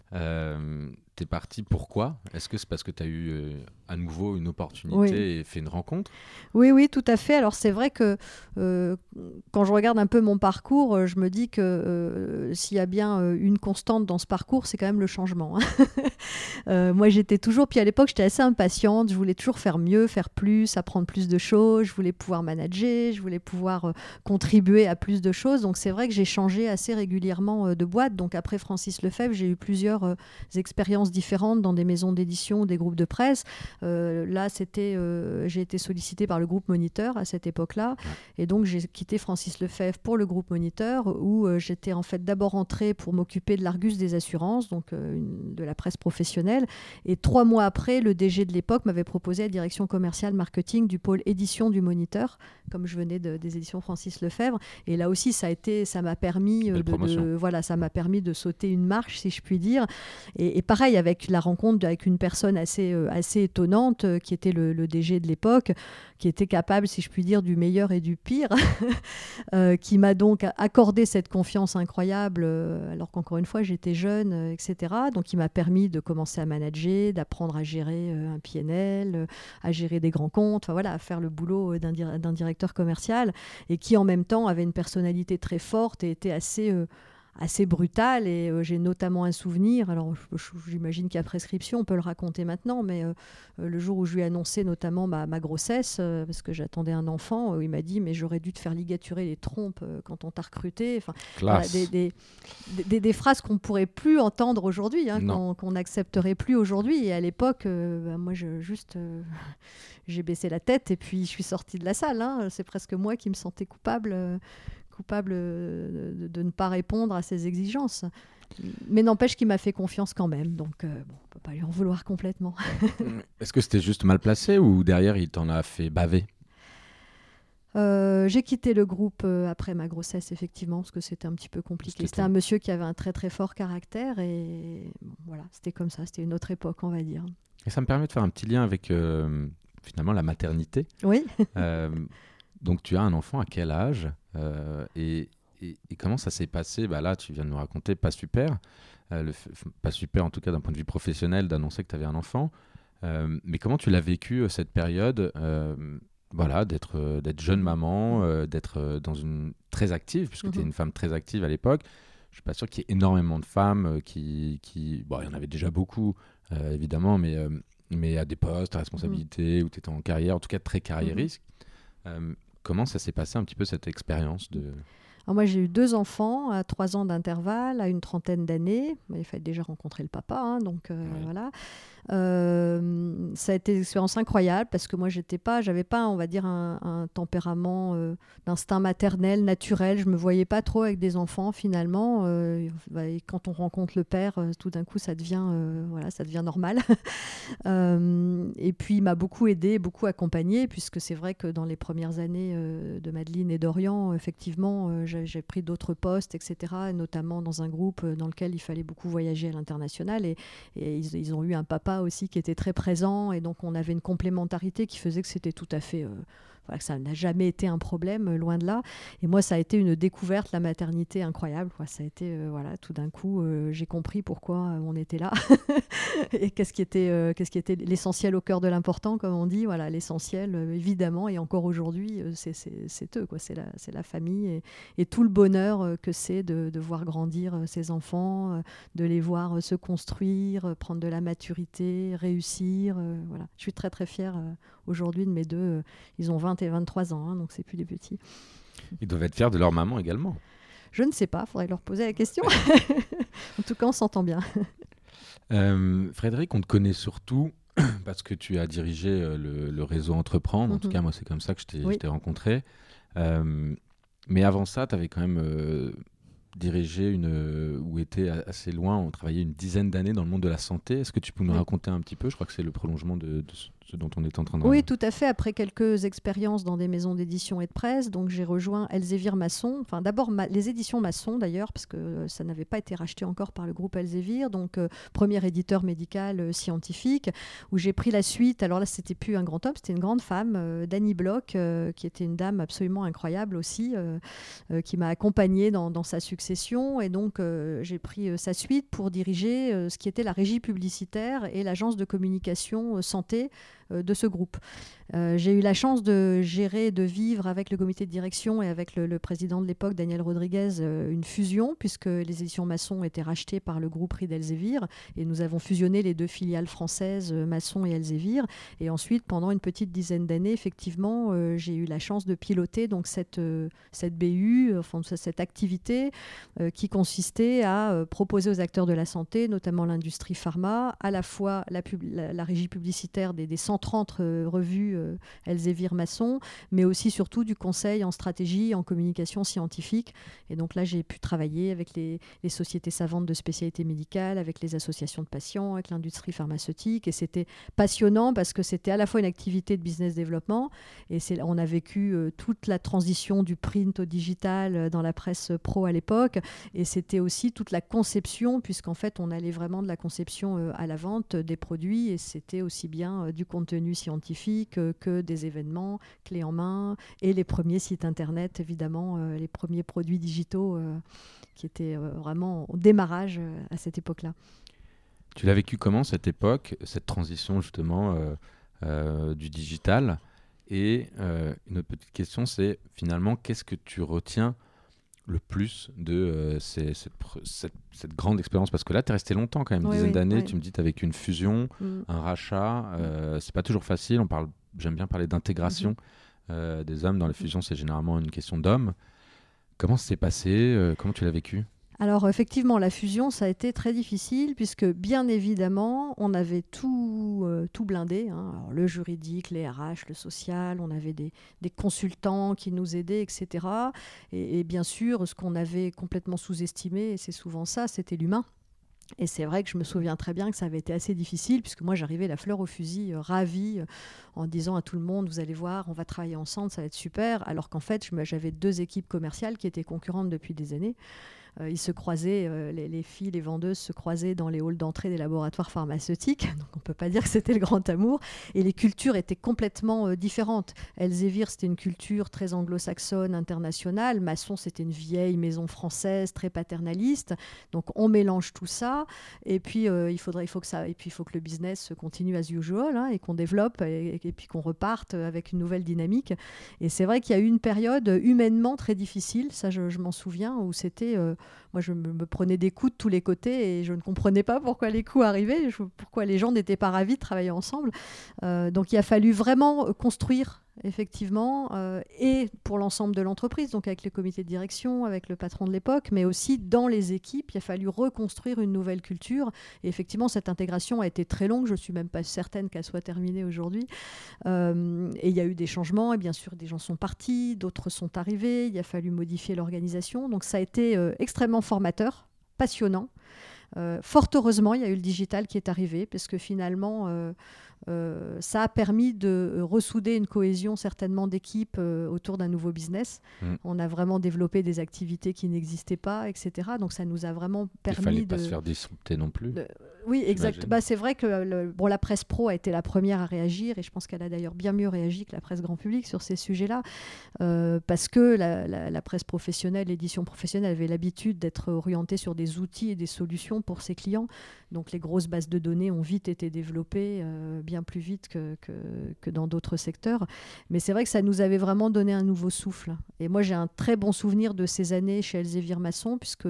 T'es parti pourquoi? Est-ce que c'est parce que tu as eu à nouveau une opportunité et fait une rencontre? Oui, tout à fait. Alors c'est vrai que quand je regarde un peu mon parcours, je me dis que s'il y a bien une constante dans ce parcours, c'est quand même le changement. Moi j'étais toujours, puis à l'époque j'étais assez impatiente, je voulais toujours faire mieux, faire plus, apprendre plus de choses, je voulais pouvoir manager, je voulais pouvoir contribuer à plus de choses. Donc c'est vrai que j'ai changé assez régulièrement de boîte. Donc après Francis Lefebvre, j'ai eu plusieurs expériences différentes dans des maisons d'édition ou des groupes de presse. Là, j'ai été sollicitée par le groupe Moniteur à cette époque-là. Et donc, j'ai quitté Francis Lefebvre pour le groupe Moniteur, où j'étais en fait d'abord entrée pour m'occuper de l'Argus des assurances, donc de la presse professionnelle. Et 3 mois après, le DG de l'époque m'avait proposé la direction commerciale marketing du pôle édition du Moniteur, comme je venais des éditions Francis Lefebvre. Et là aussi, ça m'a permis ça m'a permis de sauter une marche, si je puis dire. Et pareil, avec la rencontre avec une personne assez étonnante, qui était le DG de l'époque, qui était capable, si je puis dire, du meilleur et du pire, qui m'a donc accordé cette confiance incroyable, alors qu'encore une fois, j'étais jeune, etc. Donc, il m'a permis de commencer à manager, d'apprendre à gérer un PNL, à gérer des grands comptes, enfin, voilà, à faire le boulot d'un directeur commercial, et qui, en même temps, avait une personnalité très forte et était assez brutale. Et j'ai notamment un souvenir, alors j'imagine qu'il y a prescription, on peut le raconter maintenant, mais le jour où je lui ai annoncé notamment ma grossesse, parce que j'attendais un enfant, il m'a dit: mais j'aurais dû te faire ligaturer les trompes quand on t'a recruté. Enfin, voilà, des phrases qu'on ne pourrait plus entendre aujourd'hui, qu'on n'accepterait plus aujourd'hui. Et à l'époque, moi j'ai baissé la tête et puis je suis sortie de la salle. C'est presque moi qui me sentais coupable de ne pas répondre à ses exigences. Mais n'empêche qu'il m'a fait confiance quand même. Donc, on ne peut pas lui en vouloir complètement. Est-ce que c'était juste mal placé ou derrière, il t'en a fait baver? J'ai quitté le groupe après ma grossesse, effectivement, parce que c'était un petit peu compliqué. C'était un monsieur qui avait un très très fort caractère et voilà, c'était comme ça. C'était une autre époque, on va dire. Et ça me permet de faire un petit lien avec finalement la maternité. Oui. Donc, tu as un enfant à quel âge et comment ça s'est passé? Là, tu viens de nous raconter, pas super. Pas super, en tout cas, d'un point de vue professionnel, d'annoncer que tu avais un enfant. Mais comment tu l'as vécu, cette période d'être jeune maman, d'être très active, puisque tu es une femme très active à l'époque. je suis pas sûr qu'il y ait énormément de femmes bon, il y en avait déjà beaucoup, évidemment, mais à des postes, à responsabilité, où tu étais en carrière, en tout cas très carriériste. Comment ça s'est passé un petit peu cette expérience de... Alors moi, j'ai eu 2 enfants à 3 ans d'intervalle, à une trentaine d'années. Il fallait déjà rencontrer le papa, hein, donc voilà. Ça a été une expérience incroyable parce que moi, j'avais pas, on va dire, un tempérament d'instinct maternel naturel. Je me voyais pas trop avec des enfants finalement. Et quand on rencontre le père, tout d'un coup, ça devient normal. Et puis, il m'a beaucoup aidé, beaucoup accompagné, puisque c'est vrai que dans les premières années de Madeleine et d'Orient, effectivement, j'ai pris d'autres postes, etc., notamment dans un groupe dans lequel il fallait beaucoup voyager à l'international. Et ils ont eu un papa aussi qui était très présent. Et donc, on avait une complémentarité qui faisait que c'était tout à fait... que ça n'a jamais été un problème, loin de là. Et moi, ça a été une découverte, la maternité incroyable, quoi. Ça a été, tout d'un coup, j'ai compris pourquoi on était là et qu'est-ce qui était l'essentiel au cœur de l'important, comme on dit. Voilà, l'essentiel, évidemment, et encore aujourd'hui, c'est eux, quoi. C'est la famille et tout le bonheur que c'est de voir grandir ses enfants, de les voir se construire, prendre de la maturité, réussir. Voilà. Je suis très, très fière aujourd'hui de mes 2. Ils ont 20 et 23 ans, hein, donc c'est plus des petits. Ils doivent être fiers de leur maman également. Je ne sais pas, il faudrait leur poser la question. En tout cas, on s'entend bien. Frédéric, on te connaît surtout parce que tu as dirigé le réseau Entreprendre. En tout cas, moi, c'est comme ça que je t'ai rencontré. Mais avant ça, tu avais quand même dirigé ou été assez loin, on travaillait une dizaine d'années dans le monde de la santé. Est-ce que tu peux nous raconter un petit peu? Je crois que c'est le prolongement de ce dont on est en train de... Oui, tout à fait. Après quelques expériences dans des maisons d'édition et de presse, donc j'ai rejoint Elsevier Masson. Enfin, d'abord les éditions Masson d'ailleurs, parce que ça n'avait pas été racheté encore par le groupe Elsevier, donc premier éditeur médical scientifique, où j'ai pris la suite. Alors là, c'était plus un grand homme, c'était une grande femme, Dany Bloch, qui était une dame absolument incroyable aussi, qui m'a accompagnée dans sa succession. Et donc, j'ai pris sa suite pour diriger ce qui était la régie publicitaire et l'agence de communication santé de ce groupe. J'ai eu la chance de gérer, de vivre avec le comité de direction et avec le président de l'époque, Daniel Rodriguez, une fusion, puisque les éditions Masson étaient rachetées par le groupe Reed Elsevier, et nous avons fusionné les 2 filiales françaises, Masson et Elsevier. Et ensuite, pendant une petite dizaine d'années, effectivement, j'ai eu la chance de piloter donc cette BU, enfin, cette activité qui consistait à proposer aux acteurs de la santé, notamment l'industrie pharma, à la fois la régie publicitaire des 130 revues Elsevier Masson, mais aussi surtout du conseil en stratégie, en communication scientifique. Et donc là, j'ai pu travailler avec les sociétés savantes de spécialité médicale, avec les associations de patients, avec l'industrie pharmaceutique. Et c'était passionnant parce que c'était à la fois une activité de business développement, et on a vécu toute la transition du print au digital dans la presse pro à l'époque, et c'était aussi toute la conception, puisqu'en fait, on allait vraiment de la conception à la vente des produits, et c'était aussi bien du contenu scientifique que des événements clés en main, et les premiers sites internet, évidemment, les premiers produits digitaux qui étaient vraiment au démarrage à cette époque-là. Tu l'as vécu comment cette époque, cette transition justement du digital? Et une autre petite question, c'est finalement, qu'est-ce que tu retiens le plus de cette grande expérience? Parce que là, tu es resté longtemps quand même, une dizaine d'années. Tu me dis, tu as vécu une fusion, un rachat. C'est pas toujours facile. J'aime bien parler d'intégration des hommes. Dans les fusions, c'est généralement une question d'hommes. Comment ça s'est passé? Comment tu l'as vécu? Alors effectivement, la fusion, ça a été très difficile puisque bien évidemment, on avait tout blindé, hein. Alors, le juridique, les RH, le social, on avait des consultants qui nous aidaient, etc. Et bien sûr, ce qu'on avait complètement sous-estimé, et c'est souvent ça, c'était l'humain. Et c'est vrai que je me souviens très bien que ça avait été assez difficile, puisque moi j'arrivais la fleur au fusil, ravie, en disant à tout le monde, vous allez voir, on va travailler ensemble, ça va être super, alors qu'en fait j'avais 2 équipes commerciales qui étaient concurrentes depuis des années. Ils se croisaient, les filles, les vendeuses se croisaient dans les halls d'entrée des laboratoires pharmaceutiques, donc on ne peut pas dire que c'était le grand amour, et les cultures étaient complètement différentes. Elsevier, c'était une culture très anglo-saxonne, internationale. Masson, c'était une vieille maison française, très paternaliste. Donc on mélange tout ça, et puis il faut que le business continue as usual, hein, et qu'on développe, et puis qu'on reparte avec une nouvelle dynamique. Et c'est vrai qu'il y a eu une période humainement très difficile, ça je m'en souviens, où c'était... moi, je me prenais des coups de tous les côtés et je ne comprenais pas pourquoi les coups arrivaient, pourquoi les gens n'étaient pas ravis de travailler ensemble. Donc, il a fallu vraiment construire effectivement, et pour l'ensemble de l'entreprise, donc avec les comités de direction, avec le patron de l'époque, mais aussi dans les équipes, il a fallu reconstruire une nouvelle culture. Et effectivement, cette intégration a été très longue. Je ne suis même pas certaine qu'elle soit terminée aujourd'hui. Et il y a eu des changements, et bien sûr, des gens sont partis, d'autres sont arrivés. Il a fallu modifier l'organisation. Donc ça a été extrêmement formateur, passionnant. Fort heureusement, il y a eu le digital qui est arrivé, parce que finalement, ça a permis de ressouder une cohésion certainement d'équipe autour d'un nouveau business. On a vraiment développé des activités qui n'existaient pas, etc. Donc ça nous a vraiment permis Il fallait pas se faire disrupter non plus. Oui, exact. C'est vrai que la presse pro a été la première à réagir, et je pense qu'elle a d'ailleurs bien mieux réagi que la presse grand public sur ces sujets-là, parce que la presse professionnelle, l'édition professionnelle avait l'habitude d'être orientée sur des outils et des solutions pour ses clients. Donc les grosses bases de données ont vite été développées, bien plus vite que dans d'autres secteurs. Mais c'est vrai que ça nous avait vraiment donné un nouveau souffle. Et moi, j'ai un très bon souvenir de ces années chez Elsevier Masson, puisque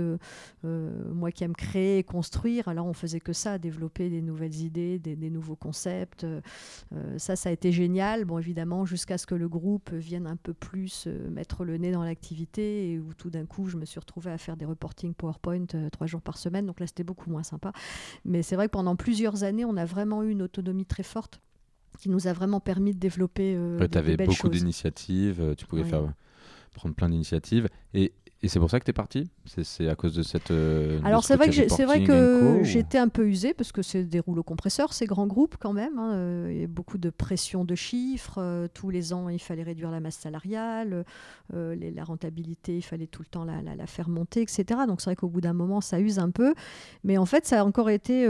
moi qui aime créer et construire, alors on faisait que ça, développer des nouvelles idées, des nouveaux concepts. Ça a été génial. Bon, évidemment, jusqu'à ce que le groupe vienne un peu plus mettre le nez dans l'activité, et où tout d'un coup, je me suis retrouvée à faire des reportings PowerPoint 3 jours par semaine. Donc là, c'était beaucoup moins sympa. Mais c'est vrai que pendant plusieurs années, on a vraiment eu une autonomie très forte qui nous a vraiment permis de développer tu avais beaucoup d'initiatives, tu pouvais prendre plein d'initiatives. Et c'est pour ça que tu es partie ? C'est à cause de cette... Alors c'est vrai que j'étais un peu usée, parce que c'est des rouleaux compresseurs, ces grands groupes quand même. Il y a beaucoup de pression de chiffres. Tous les ans, il fallait réduire la masse salariale. La rentabilité, il fallait tout le temps la faire monter, etc. Donc c'est vrai qu'au bout d'un moment, ça use un peu. Mais en fait, ça a encore été...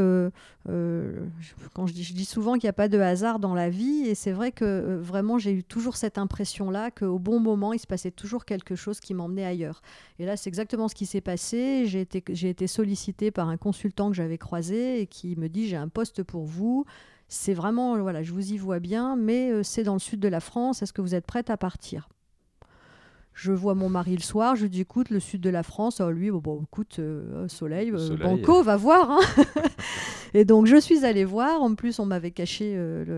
quand je dis souvent qu'il n'y a pas de hasard dans la vie. Et c'est vrai que vraiment, j'ai eu toujours cette impression-là qu'au bon moment, il se passait toujours quelque chose qui m'emmenait ailleurs. Et là, c'est exactement ce qui s'est passé. J'ai été sollicitée par un consultant que j'avais croisé et qui me dit « J'ai un poste pour vous. C'est vraiment, voilà, je vous y vois bien, mais c'est dans le sud de la France. Est-ce que vous êtes prête à partir ?» Je vois mon mari le soir, je lui dis « Écoute, le sud de la France, lui, écoute, soleil, banco, va voir. Hein. » Et donc, je suis allée voir. En plus, on m'avait caché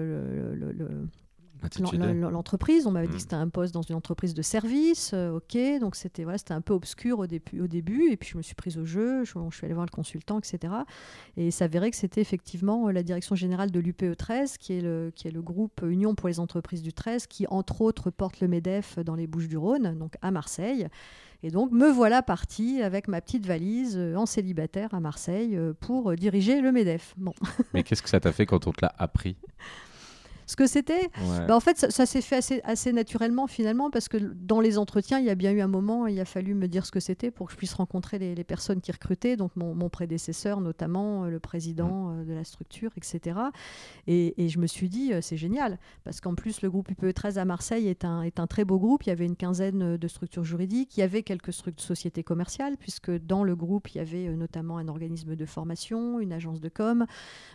l'entreprise. On m'avait dit que c'était un poste dans une entreprise de service. Ok, donc c'était un peu obscur au début. Et puis je me suis prise au jeu. Je suis allée voir le consultant, etc. Et il s'avérait que c'était effectivement la direction générale de l'UPE 13, qui est le groupe Union pour les entreprises du 13, qui entre autres porte le MEDEF dans les Bouches-du-Rhône, donc à Marseille. Et donc me voilà partie avec ma petite valise en célibataire à Marseille pour diriger le MEDEF. Bon. Mais qu'est-ce que ça t'a fait quand on te l'a appris ? Ce que c'était, en fait, ça s'est fait assez naturellement finalement, parce que dans les entretiens, il y a bien eu un moment, il a fallu me dire ce que c'était pour que je puisse rencontrer les personnes qui recrutaient, donc mon prédécesseur notamment, le président de la structure, etc. Et je me suis dit, c'est génial, parce qu'en plus, le groupe UPE 13 à Marseille est un très beau groupe. Il y avait une quinzaine de structures juridiques, il y avait quelques sociétés commerciales, puisque dans le groupe, il y avait notamment un organisme de formation, une agence de com.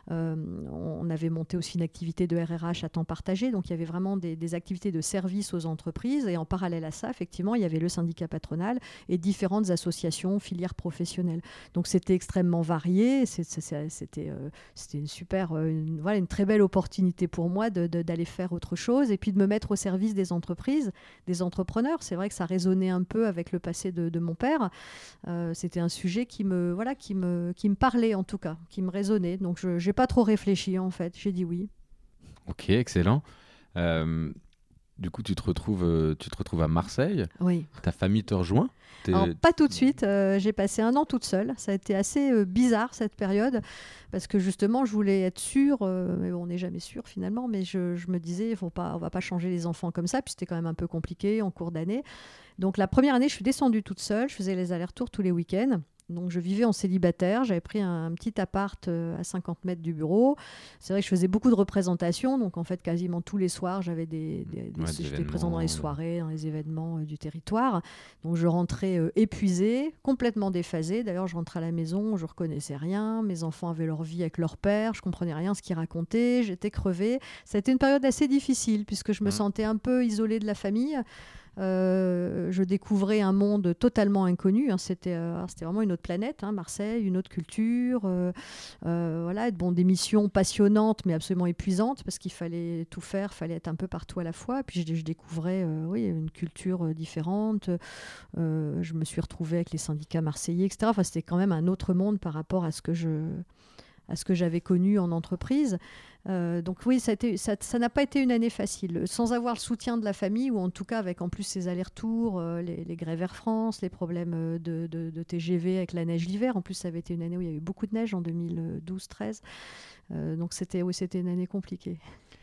On avait monté aussi une activité de RRH à temps partagé, donc il y avait vraiment des activités de service aux entreprises, et en parallèle à ça, effectivement, il y avait le syndicat patronal et différentes associations, filières professionnelles. Donc c'était extrêmement varié, c'était une super, une très belle opportunité pour moi d'aller faire autre chose, et puis de me mettre au service des entreprises, des entrepreneurs. C'est vrai que ça résonnait un peu avec le passé de mon père. C'était un sujet qui me parlait, en tout cas, qui me résonnait. Donc je n'ai pas trop réfléchi, en fait, j'ai dit oui. Ok, excellent. Du coup, tu te retrouves à Marseille. Oui. Ta famille te rejoint ? Alors, pas tout de suite. J'ai passé 1 an toute seule. Ça a été assez bizarre, cette période, parce que justement, je voulais être sûre, mais on n'est jamais sûr finalement, mais je me disais, on va pas changer les enfants comme ça, puis c'était quand même un peu compliqué en cours d'année. Donc la première année, je suis descendue toute seule. Je faisais les allers-retours tous les week-ends. Donc je vivais en célibataire, j'avais pris un petit appart à 50 mètres du bureau. C'est vrai que je faisais beaucoup de représentations, donc en fait quasiment tous les soirs j'avais j'étais présent dans les soirées, dans les événements du territoire. Donc je rentrais épuisée, complètement déphasée. D'ailleurs je rentrais à la maison, je reconnaissais rien, mes enfants avaient leur vie avec leur père, je comprenais rien ce qu'ils racontaient, j'étais crevée. Ça a été une période assez difficile puisque je me sentais un peu isolée de la famille. Je découvrais un monde totalement inconnu. Hein. C'était vraiment une autre planète, hein, Marseille, une autre culture. Voilà, bon, des missions passionnantes, mais absolument épuisantes, parce qu'il fallait tout faire, il fallait être un peu partout à la fois. Puis je découvrais oui, une culture différente. Je me suis retrouvée avec les syndicats marseillais, etc. Enfin, c'était quand même un autre monde par rapport à ce que j'avais connu en entreprise. Donc oui, ça n'a pas été une année facile. Sans avoir le soutien de la famille, ou en tout cas avec en plus ces allers-retours, les grèves Air France, les problèmes de TGV avec la neige l'hiver. En plus, ça avait été une année où il y a eu beaucoup de neige en 2012-13. Donc c'était une année compliquée.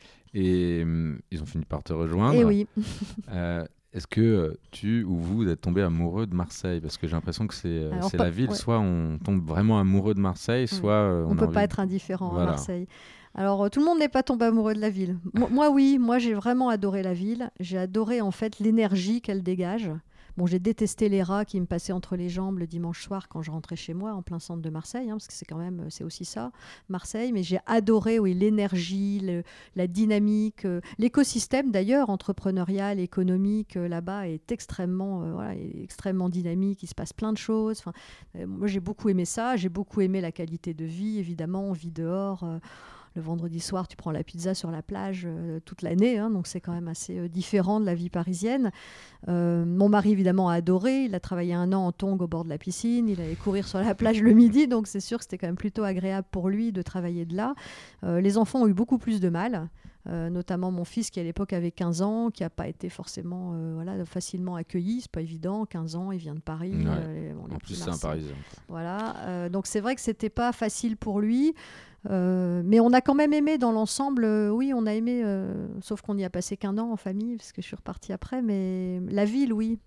Et ils ont fini par te rejoindre. Et oui. Est-ce que tu ou vous êtes tombé amoureux de Marseille? Parce que j'ai l'impression que c'est la ville, ouais. Soit on tombe vraiment amoureux de Marseille, soit on ne peut pas être indifférent à Marseille. Alors, tout le monde n'est pas tombé amoureux de la ville. Moi, oui, moi, j'ai vraiment adoré la ville. J'ai adoré, en fait, l'énergie qu'elle dégage. Bon, j'ai détesté les rats qui me passaient entre les jambes le dimanche soir quand je rentrais chez moi, en plein centre de Marseille, hein, parce que c'est aussi ça, Marseille. Mais j'ai adoré, oui, l'énergie, la dynamique, l'écosystème d'ailleurs entrepreneurial, économique là-bas est extrêmement dynamique. Il se passe plein de choses. Enfin, moi, j'ai beaucoup aimé ça. J'ai beaucoup aimé la qualité de vie, évidemment. On vit dehors. Le vendredi soir, tu prends la pizza sur la plage toute l'année, hein, donc c'est quand même assez différent de la vie parisienne. Mon mari, évidemment, a adoré. Il a travaillé 1 an en tongs au bord de la piscine. Il allait courir sur la plage le midi, donc c'est sûr que c'était quand même plutôt agréable pour lui de travailler de là. Les enfants ont eu beaucoup plus de mal. Notamment mon fils qui à l'époque avait 15 ans, qui n'a pas été forcément facilement accueilli, c'est pas évident, 15 ans, il vient de Paris. Ouais. En plus c'est un Parisien. Voilà, donc c'est vrai que c'était pas facile pour lui, mais on a quand même aimé dans l'ensemble, oui on a aimé, sauf qu'on n'y a passé qu'1 an en famille, parce que je suis repartie après, mais la ville, oui.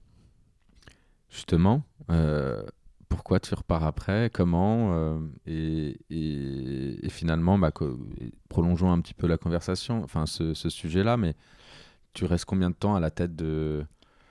Justement, pourquoi tu repars après? Comment et finalement, prolongeons un petit peu la conversation, enfin ce sujet-là, mais tu restes combien de temps à la tête de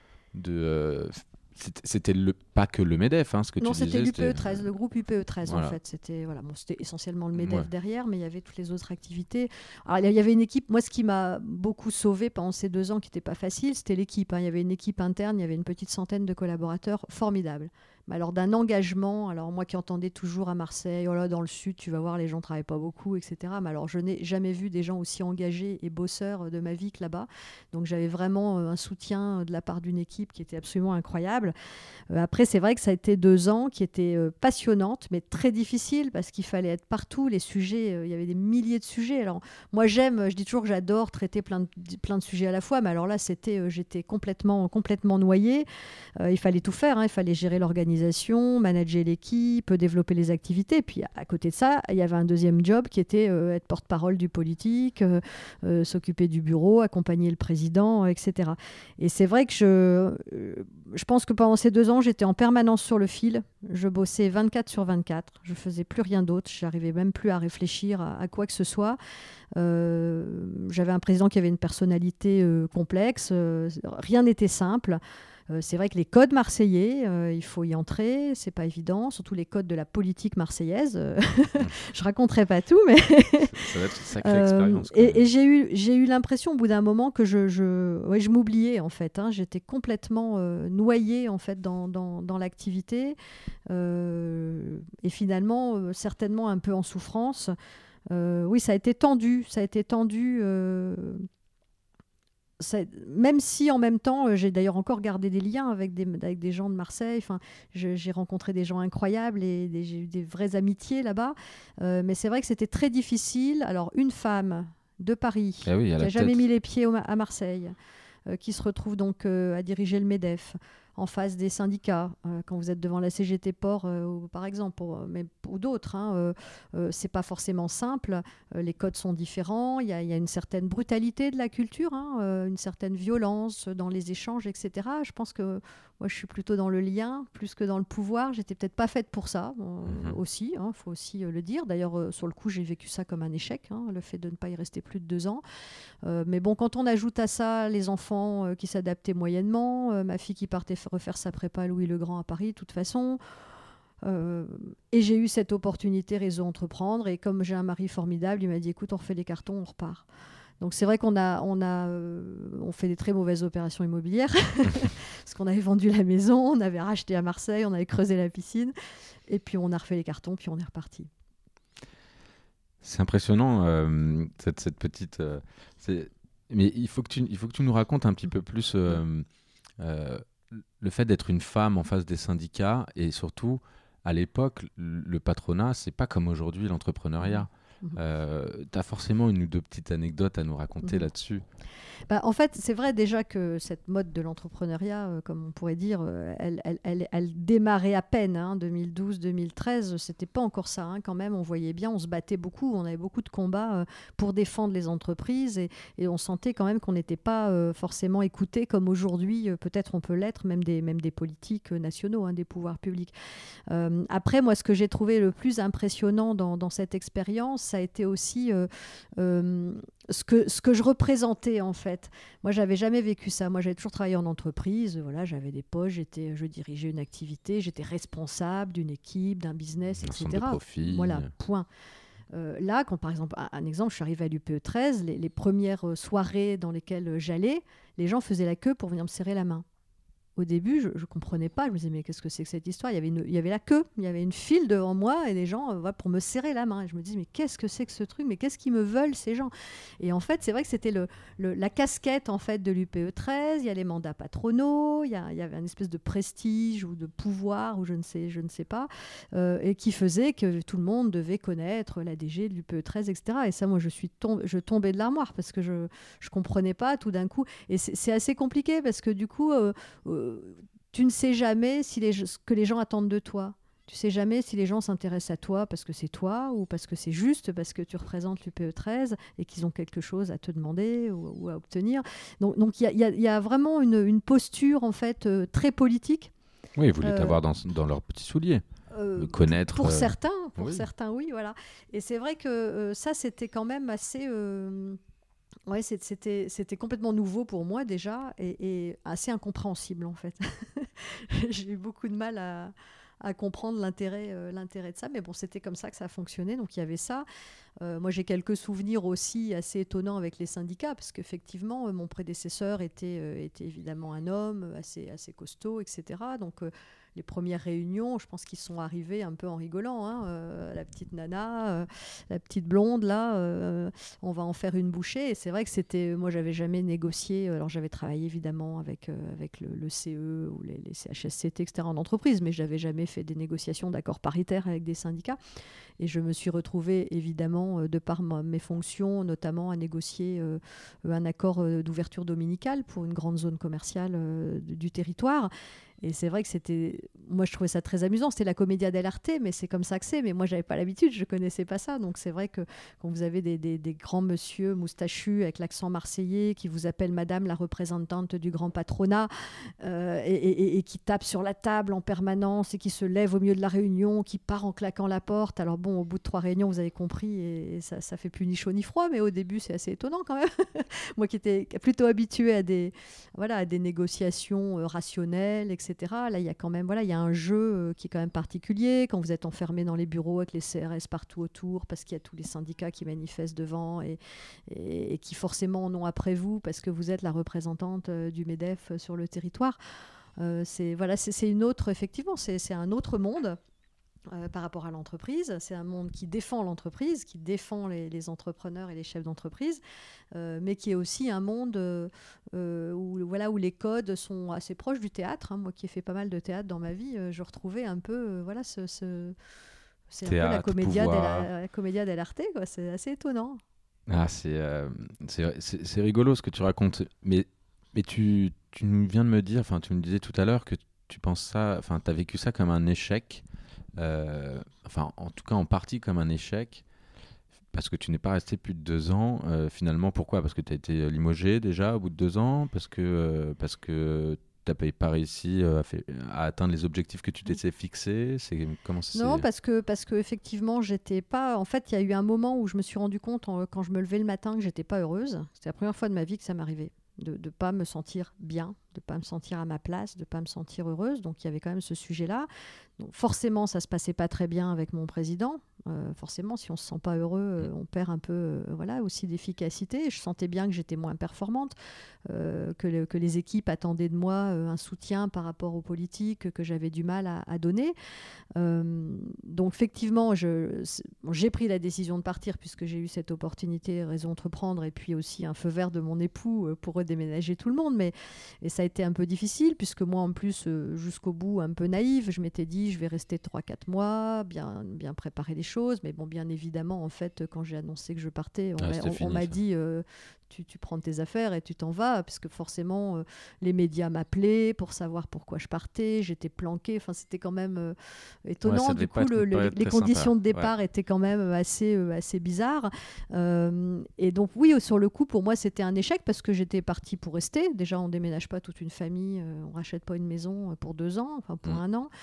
c'était pas que le MEDEF, hein, ce que non, tu disais. Non, c'était l'UPE13, le groupe UPE13 voilà. en fait. C'était essentiellement le MEDEF derrière, mais il y avait toutes les autres activités. Alors, il y avait une équipe, moi ce qui m'a beaucoup sauvée pendant ces 2 ans qui n'était pas facile, c'était l'équipe. Hein. Il y avait une équipe interne, il y avait une petite centaine de collaborateurs formidables. Mais alors d'un engagement, alors moi qui entendais toujours à Marseille, oh là, dans le sud, tu vas voir, les gens ne travaillent pas beaucoup, etc. Mais alors je n'ai jamais vu des gens aussi engagés et bosseurs de ma vie que là-bas. Donc j'avais vraiment un soutien de la part d'une équipe qui était absolument incroyable. Après, c'est vrai que ça a été 2 ans qui étaient passionnantes, mais très difficiles parce qu'il fallait être partout. Les sujets, il y avait des milliers de sujets. Alors moi, je dis toujours que j'adore traiter plein de sujets à la fois, mais alors là, j'étais complètement noyée. Il fallait tout faire, hein. Il fallait gérer l'organisation, manager l'équipe, développer les activités. Et puis à côté de ça, il y avait un deuxième job qui était être porte-parole du politique, s'occuper du bureau, accompagner le président, etc. Et c'est vrai que je pense que pendant ces 2 ans, j'étais en permanence sur le fil. Je bossais 24/24. Je faisais plus rien d'autre. J'arrivais même plus à réfléchir à quoi que ce soit. J'avais un président qui avait une personnalité complexe. Rien n'était simple. C'est vrai que les codes marseillais, il faut y entrer, c'est pas évident, surtout les codes de la politique marseillaise. Je raconterai pas tout, mais ça va être une sacrée expérience. Et j'ai eu l'impression au bout d'un moment que je m'oubliais en fait. Hein. J'étais complètement noyée en fait dans l'activité et finalement certainement un peu en souffrance. Oui, ça a été tendu. Même si en même temps, j'ai d'ailleurs encore gardé des liens avec des gens de Marseille. Enfin, j'ai rencontré des gens incroyables et j'ai eu des vraies amitiés là-bas. Mais c'est vrai que c'était très difficile. Alors, une femme de Paris qui n'a jamais mis les pieds à Marseille, qui se retrouve donc à diriger le MEDEF en face des syndicats, quand vous êtes devant la CGT Port, par exemple, ou d'autres, hein, c'est pas forcément simple. Les codes sont différents. Il y a une certaine brutalité de la culture, hein, une certaine violence dans les échanges, etc. Je pense que moi, je suis plutôt dans le lien plus que dans le pouvoir. J'étais peut-être pas faite pour ça aussi. Hein, faut aussi le dire. D'ailleurs, sur le coup, j'ai vécu ça comme un échec, hein, le fait de ne pas y rester plus de 2 ans. Mais bon, quand on ajoute à ça les enfants qui s'adaptaient moyennement, ma fille qui partait refaire sa prépa Louis le Grand à Paris, de toute façon. Et j'ai eu cette opportunité Réseau Entreprendre. Et comme j'ai un mari formidable, il m'a dit, écoute, on refait les cartons, on repart. Donc c'est vrai on fait des très mauvaises opérations immobilières parce qu'on avait vendu la maison, on avait racheté à Marseille, on avait creusé la piscine et puis on a refait les cartons, puis on est reparti. C'est impressionnant, cette petite... Mais il faut que tu nous racontes un petit peu plus le fait d'être une femme en face des syndicats et surtout, à l'époque, le patronat, c'est pas comme aujourd'hui l'entrepreneuriat. Tu as forcément une ou deux petites anecdotes à nous raconter là-dessus. En fait, c'est vrai déjà que cette mode de l'entrepreneuriat, comme on pourrait dire, elle démarrait à peine. 2012-2013, c'était pas encore ça. Quand même, on voyait bien, on se battait beaucoup, on avait beaucoup de combats pour défendre les entreprises et on sentait quand même qu'on n'était pas forcément écouté comme aujourd'hui. Peut-être on peut l'être, même des politiques nationaux, des pouvoirs publics. Après, moi, ce que j'ai trouvé le plus impressionnant dans cette expérience, ça a été aussi ce que je représentais en fait. Moi, j'avais jamais vécu ça. Moi, j'avais toujours travaillé en entreprise. Voilà, j'avais des postes, je dirigeais une activité, j'étais responsable d'une équipe, d'un business, etc. De profit. Voilà, point. Là, quand par exemple, un exemple, je suis arrivée à l'UPE 13, les premières soirées dans lesquelles j'allais, les gens faisaient la queue pour venir me serrer la main. Au début, je ne comprenais pas. Je me disais, mais qu'est-ce que c'est que cette histoire ? Il y avait la queue, il y avait une file devant moi et des gens pour me serrer la main. Et je me disais, mais qu'est-ce que c'est que ce truc ? Mais qu'est-ce qu'ils me veulent, ces gens ? Et en fait, c'est vrai que c'était la casquette en fait, de l'UPE 13. Il y a les mandats patronaux, il y avait une espèce de prestige ou de pouvoir, ou je ne sais pas, et qui faisait que tout le monde devait connaître la DG de l'UPE 13, etc. Et ça, moi, je tombais de l'armoire parce que je ne comprenais pas tout d'un coup. Et c'est assez compliqué parce que du coup... tu ne sais jamais ce que les gens attendent de toi. Tu sais jamais si les gens s'intéressent à toi parce que c'est toi ou parce que c'est juste parce que tu représentes l'UPE 13 et qu'ils ont quelque chose à te demander ou à obtenir. Donc il y a vraiment une posture en fait très politique. Oui, ils voulaient t'avoir dans leurs petits souliers. Connaître. Pour certains, oui, voilà. Et c'est vrai que ça, c'était quand même assez... Ouais, c'était complètement nouveau pour moi déjà et assez incompréhensible en fait. J'ai eu beaucoup de mal à comprendre l'intérêt de ça, mais bon, c'était comme ça que ça fonctionnait, donc il y avait ça. Moi, j'ai quelques souvenirs aussi assez étonnants avec les syndicats, parce qu'effectivement, mon prédécesseur était évidemment un homme assez costaud, etc. Donc, les premières réunions, je pense qu'ils sont arrivés un peu en rigolant. La petite nana, la petite blonde, là, on va en faire une bouchée. Et c'est vrai que moi, j'avais jamais négocié. Alors, j'avais travaillé évidemment avec le CE ou les CHSCT, etc. en entreprise, mais j'avais jamais fait des négociations d'accords paritaires avec des syndicats. Et je me suis retrouvée, évidemment, de par mes fonctions, notamment à négocier un accord d'ouverture dominicale pour une grande zone commerciale du territoire. Et c'est vrai que moi je trouvais ça très amusant, c'était la commedia dell'arte, mais c'est comme ça que c'est, mais moi j'avais pas l'habitude, je connaissais pas ça, donc c'est vrai que quand vous avez des grands monsieur moustachus avec l'accent marseillais qui vous appellent madame la représentante du grand patronat et qui tape sur la table en permanence et qui se lève au milieu de la réunion, qui part en claquant la porte, alors bon, au bout de 3 réunions vous avez compris et ça fait plus ni chaud ni froid, mais au début c'est assez étonnant quand même. Moi qui étais plutôt habituée à des négociations rationnelles, etc. Là, il y a quand même il y a un jeu qui est quand même particulier quand vous êtes enfermé dans les bureaux avec les CRS partout autour parce qu'il y a tous les syndicats qui manifestent devant et qui forcément en ont après vous parce que vous êtes la représentante du MEDEF sur le territoire. C'est une autre, effectivement, c'est un autre monde. Par rapport à l'entreprise. C'est un monde qui défend l'entreprise, qui défend les entrepreneurs et les chefs d'entreprise, mais qui est aussi un monde où les codes sont assez proches du théâtre. Moi qui ai fait pas mal de théâtre dans ma vie, je retrouvais un peu c'est théâtre, un peu la commedia dell'arte, quoi. C'est assez étonnant. Ah, c'est rigolo ce que tu racontes, mais tu viens de me dire, enfin tu me disais tout à l'heure que tu penses ça, enfin tu as vécu ça comme un échec. En tout cas en partie comme un échec parce que tu n'es pas resté plus de 2 ans finalement. Pourquoi ? Parce que tu as été limogé déjà au bout de 2 ans, parce que tu n'as pas réussi à atteindre les objectifs que tu t'étais fixés. Non, parce que effectivement j'étais pas, en fait il y a eu un moment où je me suis rendu compte quand je me levais le matin que j'étais pas heureuse. C'était la première fois de ma vie que ça m'arrivait de pas me sentir bien de ne pas me sentir à ma place, de ne pas me sentir heureuse. Donc il y avait quand même ce sujet-là. Donc forcément, ça ne se passait pas très bien avec mon président. Forcément, si on ne se sent pas heureux, on perd un peu aussi d'efficacité. Je sentais bien que j'étais moins performante, que les équipes attendaient de moi un soutien par rapport aux politiques que j'avais du mal à donner. Donc effectivement, j'ai pris la décision de partir puisque j'ai eu cette opportunité Réseau Entreprendre et puis aussi un feu vert de mon époux pour redéménager tout le monde. Et ça a été un peu difficile puisque moi, en plus, jusqu'au bout, un peu naïve, je m'étais dit je vais rester 3-4 mois, bien préparer les choses. Mais bon, bien évidemment, en fait, quand j'ai annoncé que je partais, on m'a dit tu prends tes affaires et tu t'en vas, parce que forcément, les médias m'appelaient pour savoir pourquoi je partais, j'étais planquée, enfin, c'était quand même étonnant. Ouais, du coup, les conditions de départ étaient quand même assez bizarres. Et donc, oui, sur le coup, pour moi, c'était un échec, parce que j'étais partie pour rester. Déjà, on ne déménage pas toute une famille, on ne rachète pas une maison pour 2 ans, enfin pour 1 an.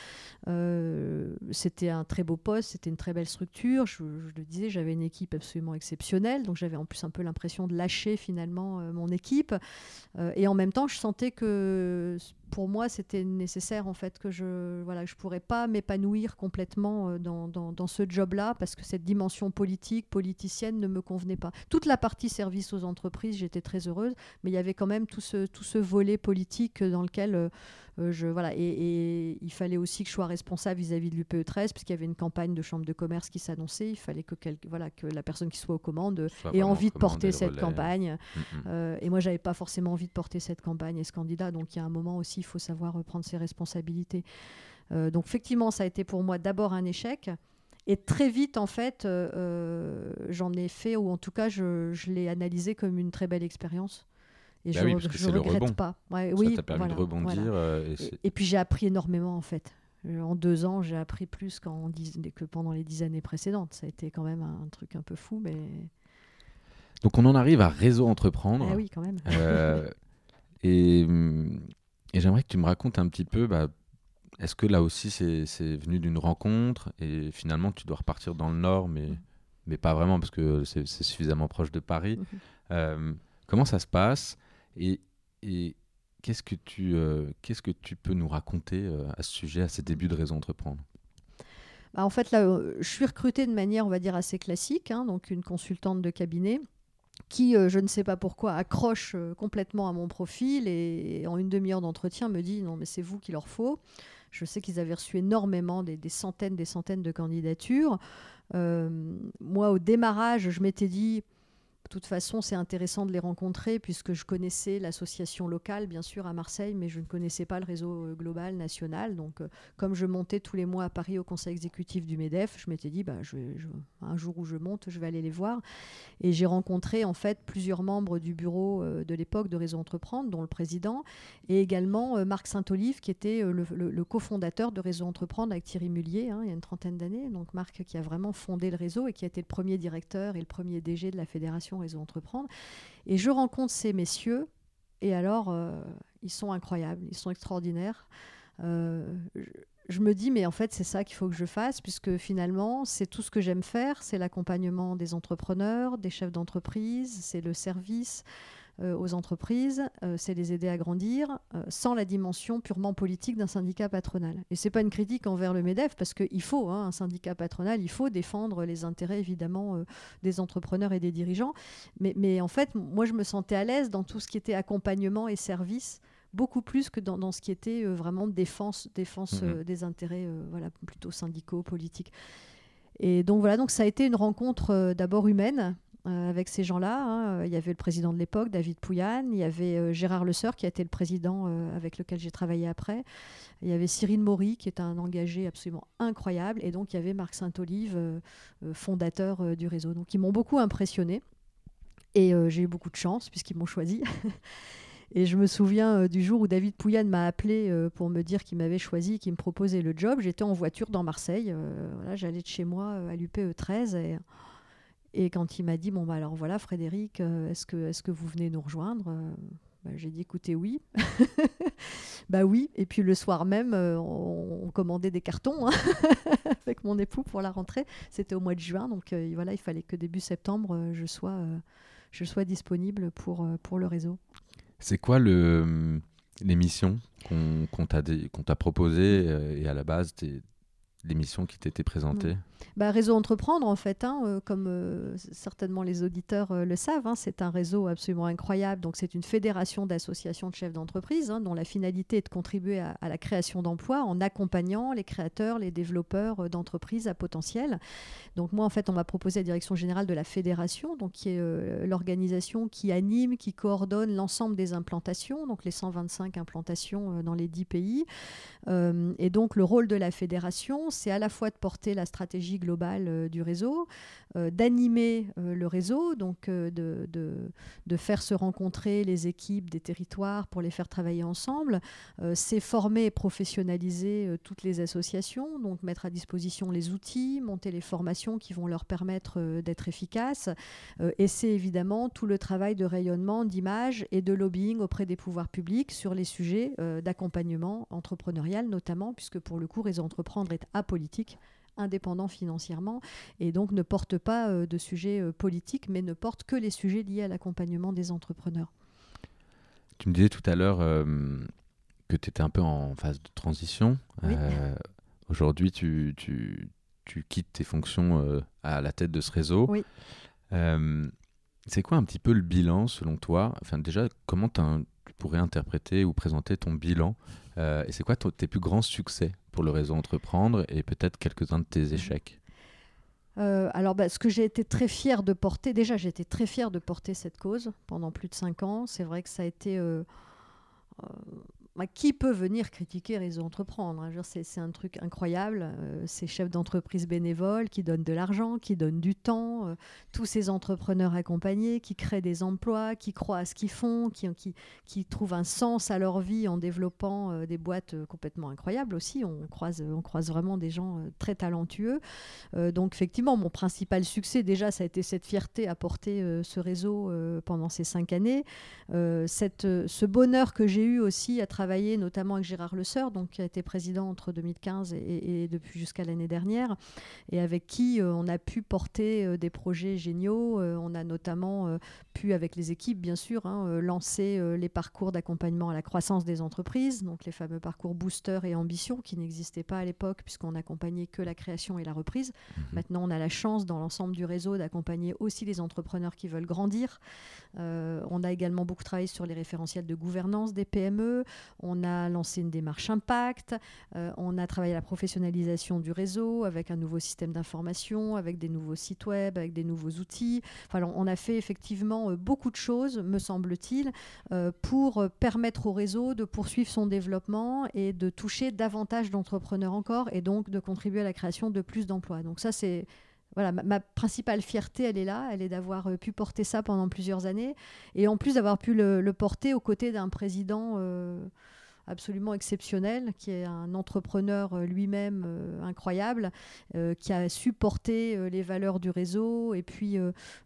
C'était un très beau poste, c'était une très belle structure. Je le disais, j'avais une équipe absolument exceptionnelle, donc j'avais en plus un peu l'impression de lâcher finalement mon équipe. Et en même temps, je sentais que pour moi, c'était nécessaire en fait que je pourrais pas m'épanouir complètement dans ce job-là, parce que cette dimension politicienne ne me convenait pas. Toute la partie service aux entreprises, j'étais très heureuse, mais il y avait quand même tout ce volet politique dans lequel et il fallait aussi que je sois responsable vis-à-vis de l'UPE 13, puisqu'il y avait une campagne de chambre de commerce qui s'annonçait. Il fallait que la personne qui soit aux commandes ait envie de porter cette campagne. Et moi, j'avais pas forcément envie de porter cette campagne et ce candidat. Donc, il y a un moment aussi, il faut savoir prendre ses responsabilités. Donc, effectivement, ça a été pour moi d'abord un échec. Et très vite, en fait, j'en ai fait, ou en tout cas, je l'ai analysé comme une très belle expérience. Et je ne regrette pas. Ouais, ça t'a permis de rebondir. Et puis j'ai appris énormément en fait. En 2 ans, j'ai appris plus que pendant les 10 années précédentes. Ça a été quand même un truc un peu fou. Mais... Donc on en arrive à Réseau Entreprendre. Ah oui, quand même. Et j'aimerais que tu me racontes un petit peu, est-ce que là aussi c'est venu d'une rencontre et finalement tu dois repartir dans le Nord, mais pas vraiment parce que c'est suffisamment proche de Paris. Comment ça se passe et qu'est-ce que tu peux nous raconter à ce sujet, à ces débuts de Réseau Entreprendre? En fait, là, je suis recrutée de manière, on va dire, assez classique, donc une consultante de cabinet qui, je ne sais pas pourquoi, accroche complètement à mon profil et en une demi-heure d'entretien me dit « Non, mais c'est vous qu'il leur faut ». Je sais qu'ils avaient reçu énormément, des centaines de candidatures. Moi, au démarrage, je m'étais dit... De toute façon, c'est intéressant de les rencontrer puisque je connaissais l'association locale, bien sûr, à Marseille, mais je ne connaissais pas le réseau global, national. Donc, comme je montais tous les mois à Paris au conseil exécutif du MEDEF, je m'étais dit, un jour où je monte, je vais aller les voir. Et j'ai rencontré, en fait, plusieurs membres du bureau de l'époque de Réseau Entreprendre, dont le président, et également Marc Saint-Olive, qui était le cofondateur de Réseau Entreprendre avec Thierry Mullier, il y a une trentaine d'années. Donc, Marc qui a vraiment fondé le réseau et qui a été le premier directeur et le premier DG de la fédération Réseau Entreprendre. Et je rencontre ces messieurs et alors ils sont incroyables, ils sont extraordinaires. Je me dis mais en fait c'est ça qu'il faut que je fasse, puisque finalement c'est tout ce que j'aime faire, c'est l'accompagnement des entrepreneurs, des chefs d'entreprise, c'est le service aux entreprises, c'est les aider à grandir sans la dimension purement politique d'un syndicat patronal. Et c'est pas une critique envers le MEDEF, parce qu'il faut un syndicat patronal, il faut défendre les intérêts évidemment des entrepreneurs et des dirigeants. Mais en fait, moi je me sentais à l'aise dans tout ce qui était accompagnement et service, beaucoup plus que dans ce qui était vraiment défense des intérêts plutôt syndicaux, politiques. Et donc voilà, donc ça a été une rencontre d'abord humaine, avec ces gens-là. Il y avait le président de l'époque, David Pouyanne, il y avait Gérard Le Seur, qui a été le président avec lequel j'ai travaillé après, il y avait Cyril Maury, qui est un engagé absolument incroyable, et donc il y avait Marc Saint-Olive, fondateur du réseau. Donc ils m'ont beaucoup impressionnée, et j'ai eu beaucoup de chance, puisqu'ils m'ont choisi. Et je me souviens du jour où David Pouyanne m'a appelé pour me dire qu'il m'avait choisi, qu'il me proposait le job. J'étais en voiture dans Marseille, j'allais de chez moi à l'UPE 13, et quand il m'a dit, alors voilà Frédéric, est-ce que vous venez nous rejoindre ? J'ai dit, écoutez, oui. Oui. Et puis le soir même, on commandait des cartons avec mon époux pour la rentrée. C'était au mois de juin, donc il fallait que début septembre, je sois disponible pour le réseau. C'est quoi les missions qu'on t'a proposées et à la base les missions qui t'étaient présentées? Réseau Entreprendre, en fait, comme certainement les auditeurs le savent, c'est un réseau absolument incroyable. Donc, c'est une fédération d'associations de chefs d'entreprise dont la finalité est de contribuer à la création d'emplois en accompagnant les créateurs, les développeurs d'entreprises à potentiel. Donc, moi, en fait, on m'a proposé la direction générale de la fédération, donc, qui est l'organisation qui anime, qui coordonne l'ensemble des implantations, donc les 125 implantations dans les 10 pays. Et donc, le rôle de la fédération, c'est à la fois de porter la stratégie globale du réseau, d'animer le réseau, donc de faire se rencontrer les équipes des territoires pour les faire travailler ensemble. C'est former et professionnaliser toutes les associations, donc mettre à disposition les outils, monter les formations qui vont leur permettre d'être efficaces. Et c'est évidemment tout le travail de rayonnement, d'image et de lobbying auprès des pouvoirs publics sur les sujets d'accompagnement entrepreneurial notamment, puisque pour le coup, Réseau Entreprendre est apolitique, indépendant financièrement, et donc ne porte pas de sujets politiques, mais ne porte que les sujets liés à l'accompagnement des entrepreneurs. Tu me disais tout à l'heure que tu étais un peu en phase de transition. Oui. Aujourd'hui, tu quittes tes fonctions à la tête de ce réseau. Oui. C'est quoi un petit peu le bilan selon toi? Enfin, déjà, comment tu pourrais interpréter ou présenter ton bilan et c'est quoi tes plus grands succès pour le réseau Entreprendre et peut-être quelques-uns de tes échecs? Ce que j'ai été très fière de porter, déjà j'ai été très fière de porter cette cause pendant plus de 5 ans. C'est vrai que ça a été... qui peut venir critiquer Réseau Entreprendre? C'est un truc incroyable. Ces chefs d'entreprise bénévoles qui donnent de l'argent, qui donnent du temps, tous ces entrepreneurs accompagnés qui créent des emplois, qui croient à ce qu'ils font, qui trouvent un sens à leur vie en développant des boîtes complètement incroyables aussi. On croise vraiment des gens très talentueux. Donc effectivement, mon principal succès déjà, ça a été cette fierté à porter ce réseau pendant ces 5 années. Ce bonheur que j'ai eu aussi à travailler notamment avec Gérard Le Seur, donc, qui a été président entre 2015 et depuis jusqu'à l'année dernière, et avec qui on a pu porter des projets géniaux. On a notamment pu, avec les équipes bien sûr, lancer les parcours d'accompagnement à la croissance des entreprises, donc les fameux parcours Booster et Ambition qui n'existaient pas à l'époque puisqu'on n'accompagnait que la création et la reprise. Maintenant, on a la chance dans l'ensemble du réseau d'accompagner aussi les entrepreneurs qui veulent grandir. On a également beaucoup travaillé sur les référentiels de gouvernance des PME. On a lancé une démarche impact. On a travaillé à la professionnalisation du réseau avec un nouveau système d'information, avec des nouveaux sites web, avec des nouveaux outils. Enfin, on a fait effectivement beaucoup de choses, me semble-t-il, pour permettre au réseau de poursuivre son développement et de toucher davantage d'entrepreneurs encore et donc de contribuer à la création de plus d'emplois. Donc ça, c'est... Voilà, ma principale fierté, elle est là, elle est d'avoir pu porter ça pendant plusieurs années et en plus d'avoir pu le porter aux côtés d'un président absolument exceptionnel, qui est un entrepreneur lui-même incroyable, qui a su porter les valeurs du réseau et puis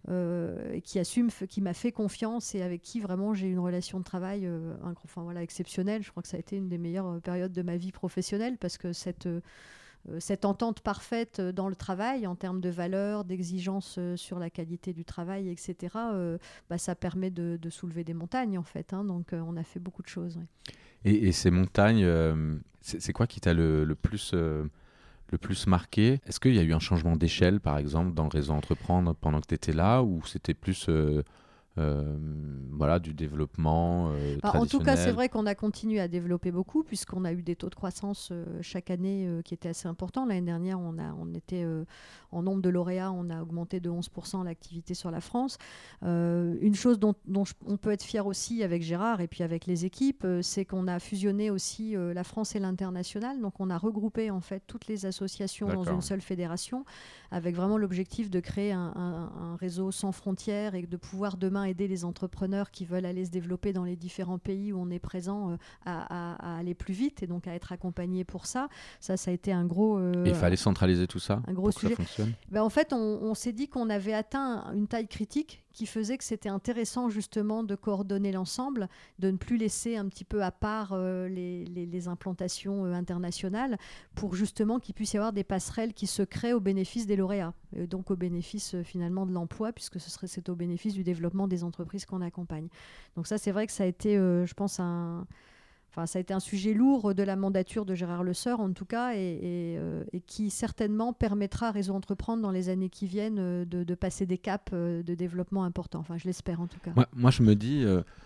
qui m'a fait confiance et avec qui vraiment j'ai eu une relation de travail exceptionnelle. Je crois que ça a été une des meilleures périodes de ma vie professionnelle parce que cette entente parfaite dans le travail en termes de valeurs, d'exigences sur la qualité du travail, etc., ça permet de soulever des montagnes en fait. Donc on a fait beaucoup de choses. Ouais. Et ces montagnes, c'est quoi qui t'a le plus marqué? Est-ce qu'il y a eu un changement d'échelle, par exemple, dans le réseau Entreprendre pendant que tu étais là, ou c'était plus du développement traditionnel? En tout cas, c'est vrai qu'on a continué à développer beaucoup puisqu'on a eu des taux de croissance chaque année qui étaient assez importants. L'année dernière, on était en nombre de lauréats, on a augmenté de 11% l'activité sur la France. Une chose dont on peut être fier aussi avec Gérard et puis avec les équipes, c'est qu'on a fusionné aussi la France et l'international. Donc, on a regroupé en fait toutes les associations dans une seule fédération avec vraiment l'objectif de créer un réseau sans frontières et de pouvoir demain aider les entrepreneurs qui veulent aller se développer dans les différents pays où on est présent à aller plus vite et donc à être accompagnés pour ça. Ça a été un gros... Et il fallait centraliser tout ça un gros pour sujet. Que ça fonctionne. En fait, on s'est dit qu'on avait atteint une taille critique qui faisait que c'était intéressant justement de coordonner l'ensemble, de ne plus laisser un petit peu à part les implantations internationales pour justement qu'il puisse y avoir des passerelles qui se créent au bénéfice des lauréats, et donc au bénéfice finalement de l'emploi puisque c'est au bénéfice du développement des entreprises qu'on accompagne. Donc ça, c'est vrai que ça a été, je pense, Enfin, ça a été un sujet lourd de la mandature de Gérard Leseurre, en tout cas, et qui certainement permettra à Réseau Entreprendre dans les années qui viennent de passer des caps de développement importants. Enfin, je l'espère en tout cas. Moi, je me dis,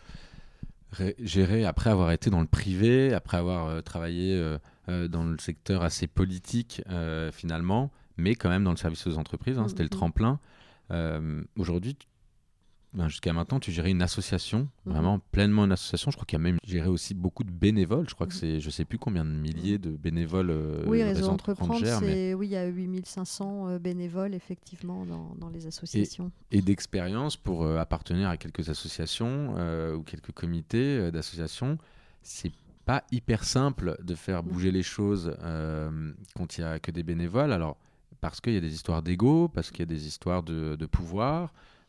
gérer, après avoir été dans le privé, après avoir travaillé dans le secteur assez politique finalement, mais quand même dans le service aux entreprises, c'était le tremplin. Aujourd'hui, jusqu'à maintenant, tu gérais une association, vraiment pleinement une association. Je crois qu'il y a même géré aussi beaucoup de bénévoles. Je crois que c'est, je ne sais plus combien de milliers de bénévoles oui, Réseau Entreprendre gère. Oui, il y a 8500 bénévoles, effectivement, dans les associations. Et d'expérience pour appartenir à quelques associations ou quelques comités d'associations, c'est pas hyper simple de faire bouger les choses quand il n'y a que des bénévoles. Alors, parce qu'il y a des histoires d'ego, parce qu'il y a des histoires de pouvoir.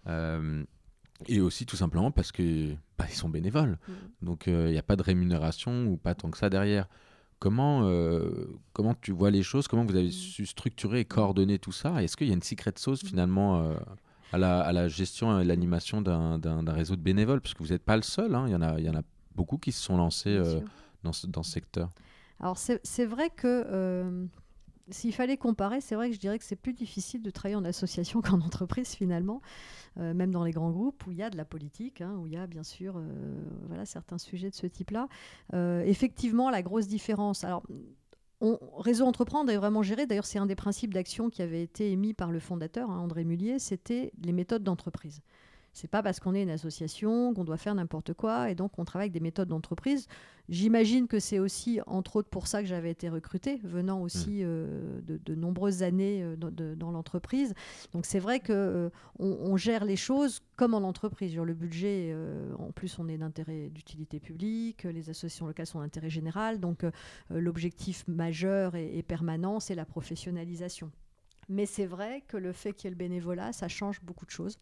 Et aussi tout simplement parce que ils sont bénévoles. Donc il n'y a pas de rémunération ou pas tant que ça derrière. Comment tu vois les choses? Comment vous avez su structurer et coordonner tout ça? Est-ce qu'il y a une secret sauce finalement à la gestion et l'animation d'un réseau de bénévoles? Parce que vous n'êtes pas le seul, il y en a beaucoup qui se sont lancés dans ce secteur. Alors c'est vrai que s'il fallait comparer, c'est vrai que je dirais que c'est plus difficile de travailler en association qu'en entreprise finalement, même dans les grands groupes où il y a de la politique, où il y a bien sûr certains sujets de ce type-là. Effectivement, la grosse différence... Alors, Réseau Entreprendre est vraiment géré, d'ailleurs c'est un des principes d'action qui avait été émis par le fondateur, André Mullier, c'était les méthodes d'entreprise. C'est pas parce qu'on est une association qu'on doit faire n'importe quoi et donc on travaille avec des méthodes d'entreprise. J'imagine que c'est aussi, entre autres, pour ça que j'avais été recrutée, venant aussi de nombreuses années dans l'entreprise. Donc c'est vrai qu'on gère les choses comme en entreprise. Le budget, en plus, on est d'intérêt d'utilité publique, les associations locales sont d'intérêt général. Donc l'objectif majeur et permanent, c'est la professionnalisation. Mais c'est vrai que le fait qu'il y ait le bénévolat, ça change beaucoup de choses.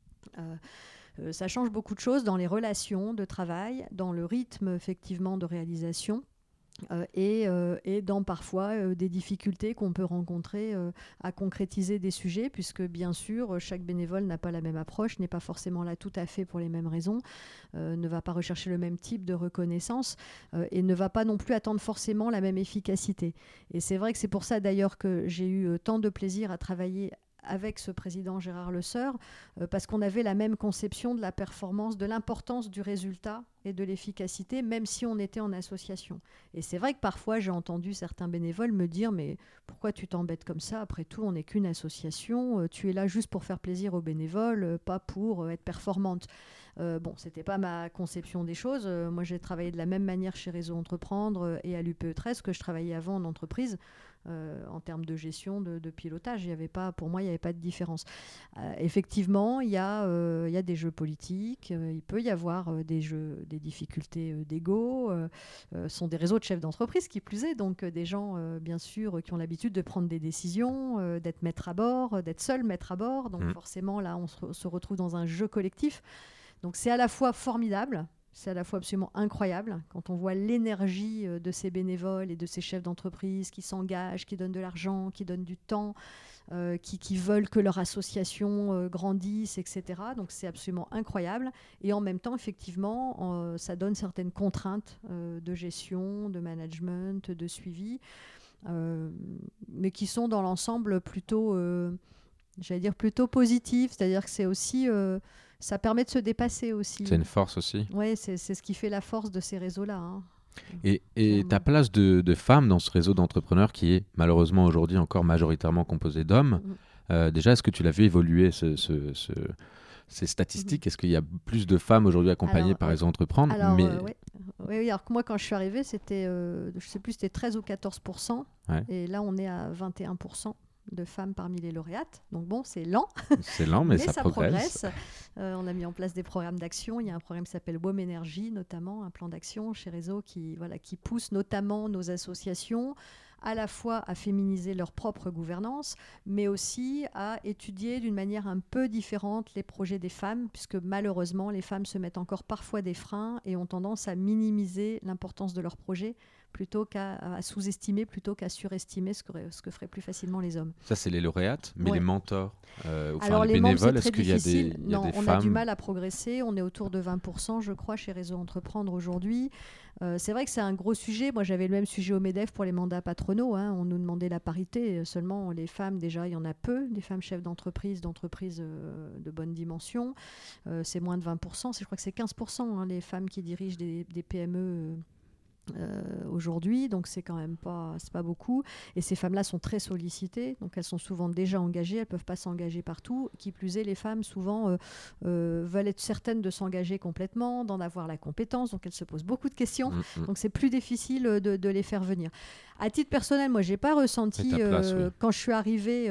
Ça change beaucoup de choses dans les relations de travail, dans le rythme effectivement de réalisation et dans parfois des difficultés qu'on peut rencontrer à concrétiser des sujets, puisque bien sûr chaque bénévole n'a pas la même approche, n'est pas forcément là tout à fait pour les mêmes raisons, ne va pas rechercher le même type de reconnaissance et ne va pas non plus attendre forcément la même efficacité. Et c'est vrai que c'est pour ça d'ailleurs que j'ai eu tant de plaisir à travailler avec ce président Gérard Leseurre, parce qu'on avait la même conception de la performance, de l'importance du résultat et de l'efficacité, même si on était en association. Et c'est vrai que parfois, j'ai entendu certains bénévoles me dire « Mais pourquoi tu t'embêtes comme ça? Après tout, on n'est qu'une association. Tu es là juste pour faire plaisir aux bénévoles, pas pour être performante. » Bon, c'était pas ma conception des choses. Moi, j'ai travaillé de la même manière chez Réseau Entreprendre et à l'UPE 13 que je travaillais avant en entreprise. En termes de gestion, de pilotage, pour moi, il n'y avait pas de différence. Effectivement, il y a des jeux politiques, il peut y avoir des difficultés d'ego. Sont des réseaux de chefs d'entreprise, qui plus est, donc des gens, bien sûr, qui ont l'habitude de prendre des décisions, d'être maître à bord, d'être seul maître à bord. Donc forcément, là, on se retrouve dans un jeu collectif. Donc c'est à la fois formidable, c'est à la fois absolument incroyable quand on voit l'énergie de ces bénévoles et de ces chefs d'entreprise qui s'engagent, qui donnent de l'argent, qui donnent du temps, qui veulent que leur association grandisse, etc. Donc c'est absolument incroyable. Et en même temps, effectivement, ça donne certaines contraintes de gestion, de management, de suivi, mais qui sont dans l'ensemble plutôt, plutôt positives. C'est-à-dire que c'est aussi... ça permet de se dépasser aussi. C'est une force aussi. Oui, c'est ce qui fait la force de ces réseaux-là. Et ta place de femme dans ce réseau d'entrepreneurs qui est malheureusement aujourd'hui encore majoritairement composé d'hommes, déjà, est-ce que tu l'as vu évoluer ces statistiques? Est-ce qu'il y a plus de femmes aujourd'hui accompagnées par Réseau Entreprendre? Oui, alors que moi, quand je suis arrivée, c'était, je ne sais plus, c'était 13 ou 14%. Ouais. Et là, on est à 21%. De femmes parmi les lauréates. Donc bon, c'est lent. C'est lent, mais ça progresse. On a mis en place des programmes d'action. Il y a un programme qui s'appelle WOM Énergie, notamment, un plan d'action chez Réseau qui pousse notamment nos associations à la fois à féminiser leur propre gouvernance, mais aussi à étudier d'une manière un peu différente les projets des femmes, puisque malheureusement, les femmes se mettent encore parfois des freins et ont tendance à minimiser l'importance de leurs projets plutôt qu'à sous-estimer, plutôt qu'à surestimer ce que feraient plus facilement les hommes. Ça, c'est les lauréates, mais les mentors, alors les bénévoles, est-ce qu'il y a des Non, on femmes? a du mal à progresser. On est autour de 20%, je crois, chez Réseau Entreprendre aujourd'hui. C'est vrai que c'est un gros sujet. Moi, j'avais le même sujet au MEDEF pour les mandats patronaux. On nous demandait la parité. Seulement, les femmes, déjà, il y en a peu. Des femmes chefs d'entreprise de bonne dimension. C'est moins de 20%. Je crois que c'est 15%, les femmes qui dirigent des PME aujourd'hui, donc c'est quand même pas beaucoup, et ces femmes-là sont très sollicitées, donc elles sont souvent déjà engagées, elles peuvent pas s'engager partout, qui plus est les femmes souvent veulent être certaines de s'engager complètement, d'en avoir la compétence, donc elles se posent beaucoup de questions, donc c'est plus difficile de les faire venir. À titre personnel, moi j'ai pas ressenti quand je suis arrivée,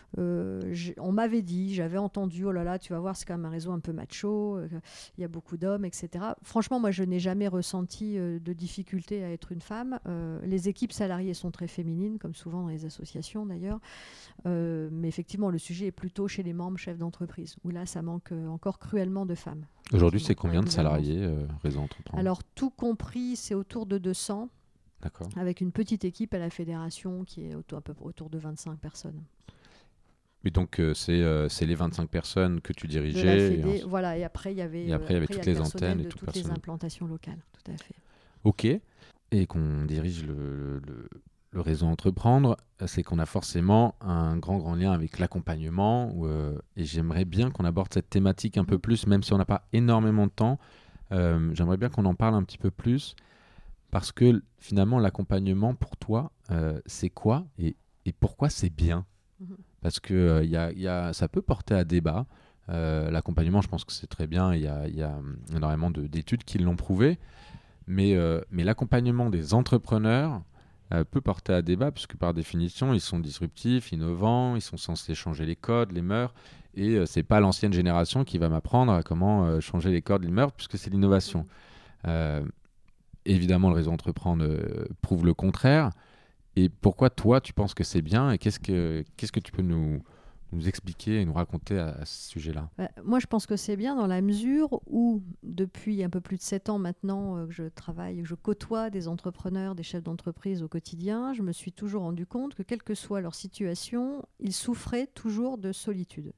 on m'avait dit, j'avais entendu, oh là là, tu vas voir, c'est quand même un réseau un peu macho, il y a beaucoup d'hommes, etc. Franchement, moi je n'ai jamais ressenti de difficulté à être une femme. Les équipes salariées sont très féminines, comme souvent dans les associations d'ailleurs. Mais effectivement, le sujet est plutôt chez les membres chefs d'entreprise, où là, ça manque encore cruellement de femmes. Aujourd'hui, c'est combien de salariés, Réseau Entreprendre ? Alors, tout compris, c'est autour de 200. D'accord. Avec une petite équipe à la fédération qui est à peu près autour de 25 personnes. Mais donc, c'est les 25 personnes que tu dirigeais. De la fédé, voilà, et après, il y avait toutes les antennes et de toutes les implantations locales. Tout à fait. Ok. Et qu'on dirige le réseau Entreprendre, c'est qu'on a forcément un grand lien avec l'accompagnement. Et j'aimerais bien qu'on aborde cette thématique un peu plus, même si on n'a pas énormément de temps. J'aimerais bien qu'on en parle un petit peu plus. Parce que finalement, l'accompagnement pour toi, c'est quoi et pourquoi c'est bien ? Parce que ça peut porter à débat. L'accompagnement, je pense que c'est très bien. Il y a énormément d'études qui l'ont prouvé. Mais l'accompagnement des entrepreneurs peut porter à débat, puisque par définition, ils sont disruptifs, innovants, ils sont censés changer les codes, les mœurs. Et c'est pas l'ancienne génération qui va m'apprendre à comment changer les codes, les mœurs, puisque c'est l'innovation. Évidemment, le réseau Entreprendre prouve le contraire. Et pourquoi toi, tu penses que c'est bien et qu'est-ce que tu peux nous expliquer et nous raconter à ce sujet-là ? Moi, je pense que c'est bien dans la mesure où, depuis un peu plus de 7 ans maintenant que je travaille, que je côtoie des entrepreneurs, des chefs d'entreprise au quotidien, je me suis toujours rendu compte que, quelle que soit leur situation, ils souffraient toujours de solitude.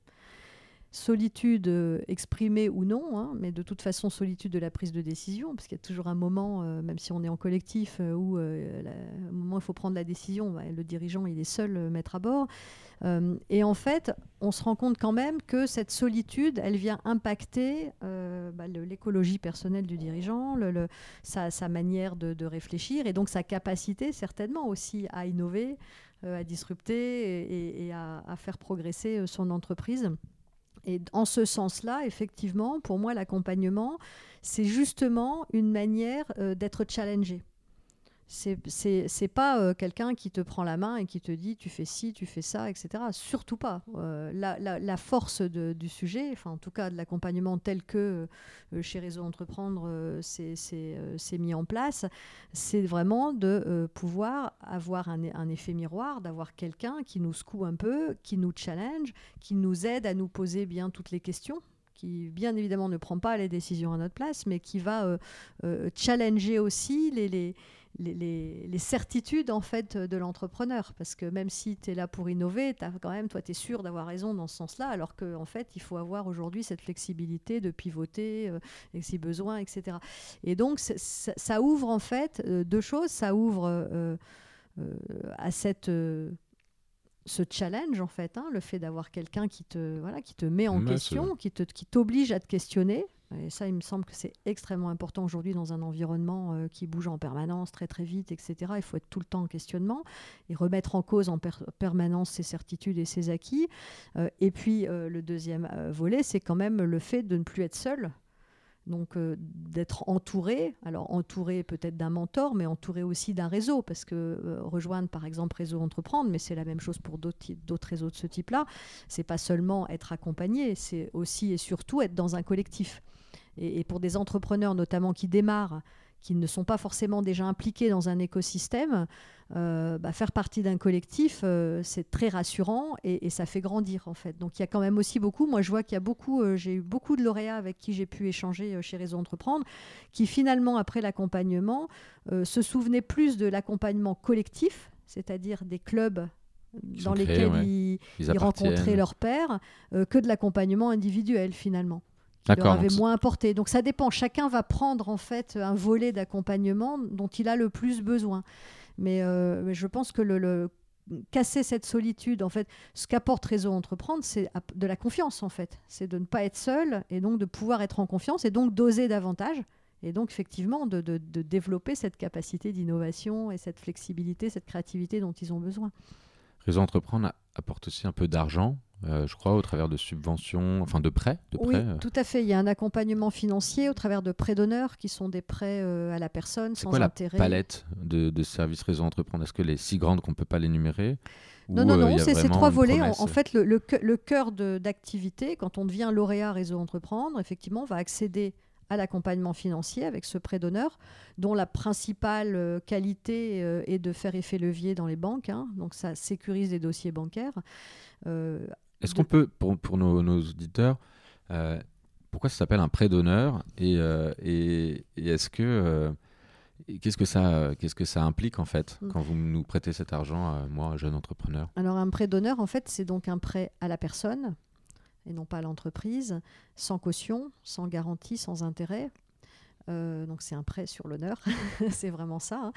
Solitude exprimée ou non, mais de toute façon solitude de la prise de décision, parce qu'il y a toujours un moment, même si on est en collectif, où au moment où il faut prendre la décision, le dirigeant il est seul maître à bord. Et en fait, on se rend compte quand même que cette solitude, elle vient impacter l'écologie personnelle du dirigeant, sa manière de réfléchir, et donc sa capacité certainement aussi à innover, à disrupter et à faire progresser son entreprise. Et en ce sens-là, effectivement, pour moi, l'accompagnement, c'est justement une manière d'être challengé. C'est pas quelqu'un qui te prend la main et qui te dit tu fais ci, tu fais ça, etc. Surtout pas. La force du sujet, enfin en tout cas de l'accompagnement tel que chez Réseau Entreprendre c'est mis en place, c'est vraiment de pouvoir avoir un effet miroir, d'avoir quelqu'un qui nous secoue un peu, qui nous challenge, qui nous aide à nous poser bien toutes les questions, qui bien évidemment ne prend pas les décisions à notre place, mais qui va challenger aussi les certitudes en fait de l'entrepreneur, parce que même si tu es là pour innover, quand même, toi tu es sûr d'avoir raison dans ce sens-là, alors qu'en fait il faut avoir aujourd'hui cette flexibilité de pivoter et si besoin, etc. Et donc ça ouvre en fait deux choses, ça ouvre à ce challenge en fait, le fait d'avoir quelqu'un qui te met en question, qui t'oblige à te questionner. Et ça, il me semble que c'est extrêmement important aujourd'hui dans un environnement qui bouge en permanence, très très vite, etc. Il faut être tout le temps en questionnement et remettre en cause en permanence ses certitudes et ses acquis. Et puis le deuxième volet, c'est quand même le fait de ne plus être seul. Donc d'être entouré, alors entouré peut-être d'un mentor, mais entouré aussi d'un réseau, parce que rejoindre par exemple Réseau Entreprendre, mais c'est la même chose pour d'autres réseaux de ce type-là, c'est pas seulement être accompagné, c'est aussi et surtout être dans un collectif. Et pour des entrepreneurs notamment qui démarrent, qui ne sont pas forcément déjà impliqués dans un écosystème, faire partie d'un collectif, c'est très rassurant et ça fait grandir en fait. Donc il y a quand même aussi beaucoup, moi je vois qu'il y a beaucoup, j'ai eu beaucoup de lauréats avec qui j'ai pu échanger chez Réseau Entreprendre, qui finalement après l'accompagnement se souvenaient plus de l'accompagnement collectif, c'est-à-dire des clubs dans lesquels ils rencontraient leurs pairs, que de l'accompagnement individuel finalement, qui leur avait moins apporté. Donc ça dépend, chacun va prendre en fait un volet d'accompagnement dont il a le plus besoin. Mais je pense que casser cette solitude, en fait, ce qu'apporte Réseau Entreprendre, c'est de la confiance en fait. C'est de ne pas être seul et donc de pouvoir être en confiance et donc d'oser davantage. Et donc, effectivement, de développer cette capacité d'innovation et cette flexibilité, cette créativité dont ils ont besoin. Réseau Entreprendre apporte aussi un peu d'argent, je crois, au travers de subventions, enfin de prêts. Oui, tout à fait. Il y a un accompagnement financier au travers de prêts d'honneur qui sont des prêts à la personne sans intérêt. C'est quoi la palette de services Réseau Entreprendre ? Est-ce que les si grandes qu'on ne peut pas l'énumérer ? Non, c'est ces 3 volets. En fait, le cœur d'activité, quand on devient lauréat Réseau Entreprendre, effectivement, on va accéder à l'accompagnement financier avec ce prêt d'honneur, dont la principale qualité est de faire effet levier dans les banques. Donc ça sécurise les dossiers bancaires. Est-ce qu'on peut, pour nos auditeurs, pourquoi ça s'appelle un prêt d'honneur et est-ce que qu'est-ce que ça implique en fait quand vous nous prêtez cet argent, moi, jeune entrepreneur ? Alors un prêt d'honneur, en fait, c'est donc un prêt à la personne et non pas à l'entreprise, sans caution, sans garantie, sans intérêt. Donc c'est un prêt sur l'honneur, c'est vraiment ça,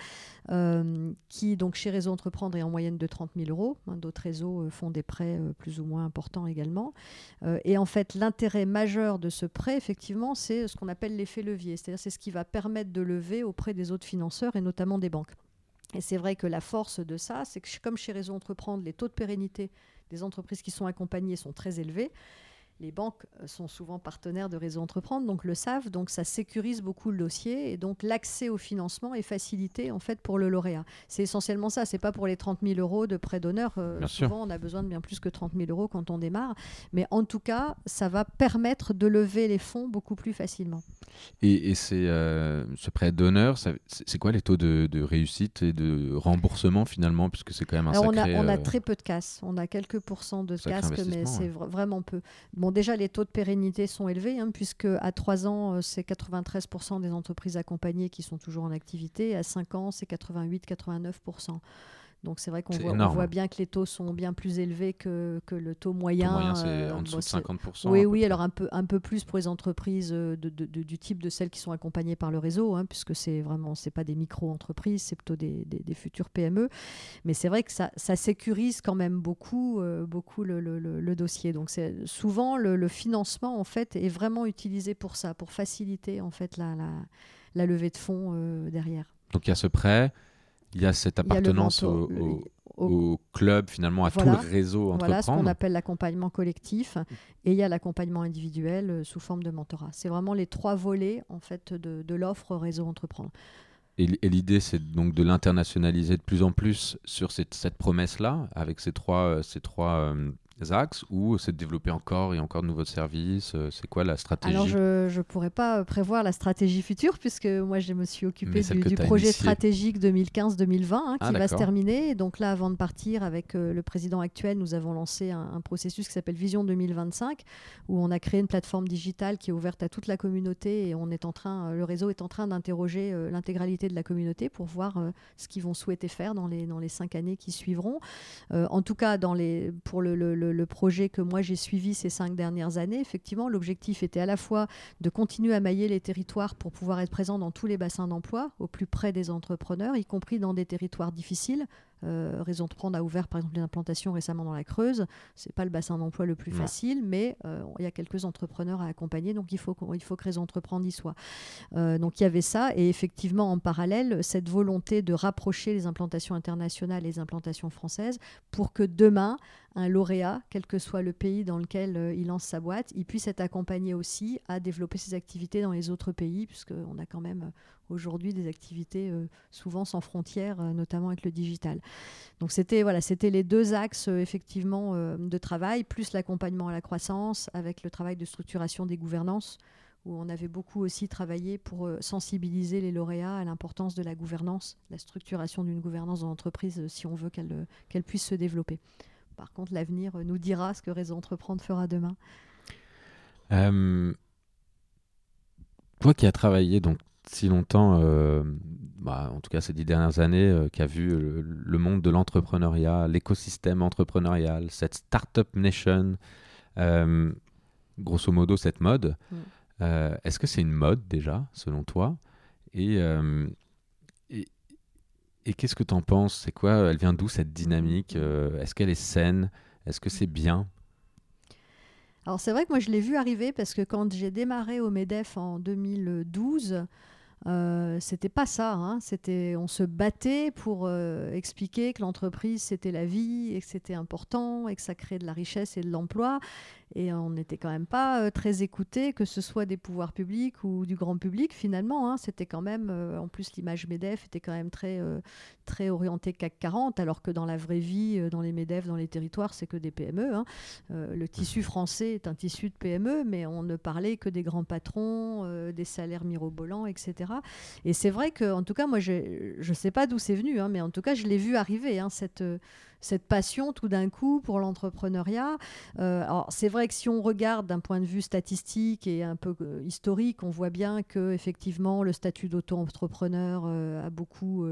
qui donc chez Réseau Entreprendre est en moyenne de 30 000 euros. D'autres réseaux font des prêts plus ou moins importants également. Et en fait, l'intérêt majeur de ce prêt, effectivement, c'est ce qu'on appelle l'effet levier, c'est-à-dire c'est ce qui va permettre de lever auprès des autres financeurs et notamment des banques. Et c'est vrai que la force de ça, c'est que comme chez Réseau Entreprendre, les taux de pérennité des entreprises qui sont accompagnées sont très élevés. Les banques sont souvent partenaires de Réseau Entreprendre, donc le savent, donc ça sécurise beaucoup le dossier et donc l'accès au financement est facilité en fait pour le lauréat. C'est essentiellement ça, c'est pas pour les 30 000 euros de prêt d'honneur. Souvent, on a besoin de bien plus que 30 000 euros quand on démarre, mais en tout cas, ça va permettre de lever les fonds beaucoup plus facilement. Et ce prêt d'honneur, c'est quoi les taux de réussite et de remboursement finalement, puisque c'est quand même un sacré... On a très peu de casses, on a quelques pourcents de casques, mais c'est vraiment peu. Bon, déjà, les taux de pérennité sont élevés, puisque à 3 ans, c'est 93% des entreprises accompagnées qui sont toujours en activité. À 5 ans, c'est 88-89%. Donc c'est vrai qu'on voit bien que les taux sont bien plus élevés que le taux moyen. Le taux moyen, c'est en dessous de 50%. Oui, alors un peu plus pour les entreprises du type de celles qui sont accompagnées par le réseau, puisque c'est pas des micro-entreprises, c'est plutôt des futures PME. Mais c'est vrai que ça sécurise quand même beaucoup le dossier. Donc souvent le financement en fait est vraiment utilisé pour ça, pour faciliter en fait la levée de fonds derrière. Donc il y a ce prêt. Il y a cette appartenance au club, finalement, à tout le réseau Entreprendre. Voilà ce qu'on appelle l'accompagnement collectif. Et il y a l'accompagnement individuel sous forme de mentorat. C'est vraiment les 3 volets en fait, de l'offre Réseau Entreprendre. Et l'idée, c'est donc de l'internationaliser de plus en plus sur cette promesse-là, avec ces trois axes, ou c'est de développer encore et encore de nouveaux services? C'est quoi la stratégie? Alors, je ne pourrais pas prévoir la stratégie future, puisque moi, je me suis occupée du projet stratégique 2015-2020 qui va se terminer. Et donc là, avant de partir avec le président actuel, nous avons lancé un processus qui s'appelle Vision 2025, où on a créé une plateforme digitale qui est ouverte à toute la communauté et le réseau est en train d'interroger l'intégralité de la communauté pour voir ce qu'ils vont souhaiter faire dans les 5 années qui suivront. En tout cas, pour le projet que moi j'ai suivi ces 5 dernières années, effectivement, l'objectif était à la fois de continuer à mailler les territoires pour pouvoir être présent dans tous les bassins d'emploi, au plus près des entrepreneurs, y compris dans des territoires difficiles. Réseau Entreprendre a ouvert par exemple une implantation récemment dans la Creuse. C'est pas le bassin d'emploi le plus facile, mais il y a quelques entrepreneurs à accompagner, donc il faut que Réseau Entreprendre y soit. Donc il y avait ça, et effectivement en parallèle cette volonté de rapprocher les implantations internationales et les implantations françaises pour que demain un lauréat, quel que soit le pays dans lequel il lance sa boîte, il puisse être accompagné aussi à développer ses activités dans les autres pays, puisqu'on a quand même aujourd'hui des activités souvent sans frontières, notamment avec le digital. Donc c'était les 2 axes effectivement de travail, plus l'accompagnement à la croissance avec le travail de structuration des gouvernances, où on avait beaucoup aussi travaillé pour sensibiliser les lauréats à l'importance de la gouvernance, la structuration d'une gouvernance dans l'entreprise si on veut qu'elle puisse se développer. Par contre, l'avenir nous dira ce que Réseau Entreprendre fera demain. Toi qui as travaillé donc si longtemps, en tout cas ces 10 dernières années, qui a vu le monde de l'entrepreneuriat, l'écosystème entrepreneurial, cette Startup Nation, grosso modo cette mode, est-ce que c'est une mode déjà, selon toi ? Et qu'est-ce que tu en penses ? C'est quoi ? Elle vient d'où cette dynamique ? Est-ce qu'elle est saine ? Est-ce que c'est bien ? Alors c'est vrai que moi je l'ai vu arriver parce que quand j'ai démarré au MEDEF en 2012, c'était pas ça, hein. On se battait pour expliquer que l'entreprise c'était la vie et que c'était important et que ça créait de la richesse et de l'emploi. Et on n'était quand même pas très écoutés, que ce soit des pouvoirs publics ou du grand public finalement, hein. C'était quand même, en plus l'image MEDEF était quand même très orientée CAC 40, alors que dans la vraie vie, dans les MEDEF, dans les territoires, c'est que des PME, hein. Le tissu français est un tissu de PME, mais on ne parlait que des grands patrons, des salaires mirobolants, etc. Et c'est vrai que, en tout cas, moi, je ne sais pas d'où c'est venu, hein, mais en tout cas, je l'ai vu arriver, hein, cette passion tout d'un coup pour l'entrepreneuriat. Alors c'est vrai que si on regarde d'un point de vue statistique et un peu historique, on voit bien que effectivement le statut d'auto-entrepreneur a beaucoup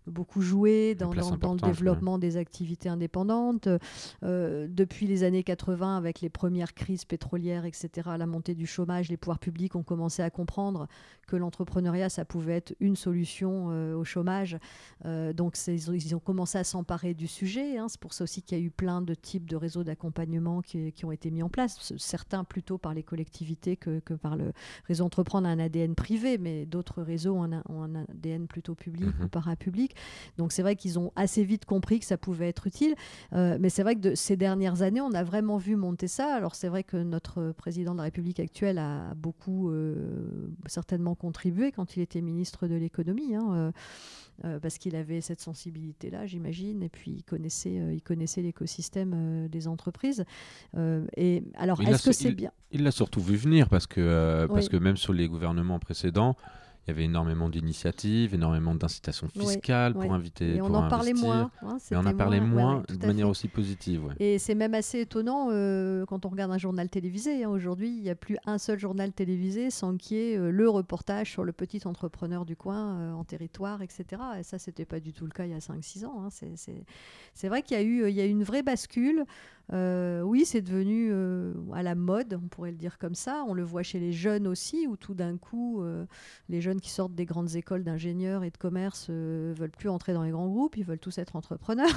joué dans le développement des activités indépendantes. Depuis les années 80, avec les premières crises pétrolières, etc., la montée du chômage, les pouvoirs publics ont commencé à comprendre que l'entrepreneuriat, ça pouvait être une solution au chômage. Donc ils ont commencé à s'emparer du sujet. C'est pour ça aussi qu'il y a eu plein de types de réseaux d'accompagnement qui ont été mis en place. Certains plutôt par les collectivités que par le réseau Entreprendre un ADN privé, mais d'autres réseaux ont un ADN plutôt public ou parapublic. Donc c'est vrai qu'ils ont assez vite compris que ça pouvait être utile. Mais c'est vrai que ces dernières années, on a vraiment vu monter ça. Alors c'est vrai que notre président de la République actuelle a beaucoup certainement contribué quand il était ministre de l'économie, parce qu'il avait cette sensibilité-là, j'imagine, et puis il connaissait l'écosystème des entreprises. Et alors, est-ce que c'est bien ? Il l'a surtout vu venir, parce que même sur les gouvernements précédents, il y avait énormément d'initiatives, énormément d'incitations fiscales pour inviter, et on pour en parlait investir. moins. Mais on en parlait moins de manière aussi positive. Ouais. Et c'est même assez étonnant quand on regarde un journal télévisé. Aujourd'hui, il n'y a plus un seul journal télévisé sans qu'il y ait le reportage sur le petit entrepreneur du coin en territoire, etc. Et ça, ce n'était pas du tout le cas il y a 5-6 ans. Hein. C'est vrai qu'il y a eu une vraie bascule. Oui, c'est devenu à la mode, on pourrait le dire comme ça. On le voit chez les jeunes aussi, où tout d'un coup, les jeunes qui sortent des grandes écoles d'ingénieurs et de commerce veulent plus entrer dans les grands groupes, ils veulent tous être entrepreneurs.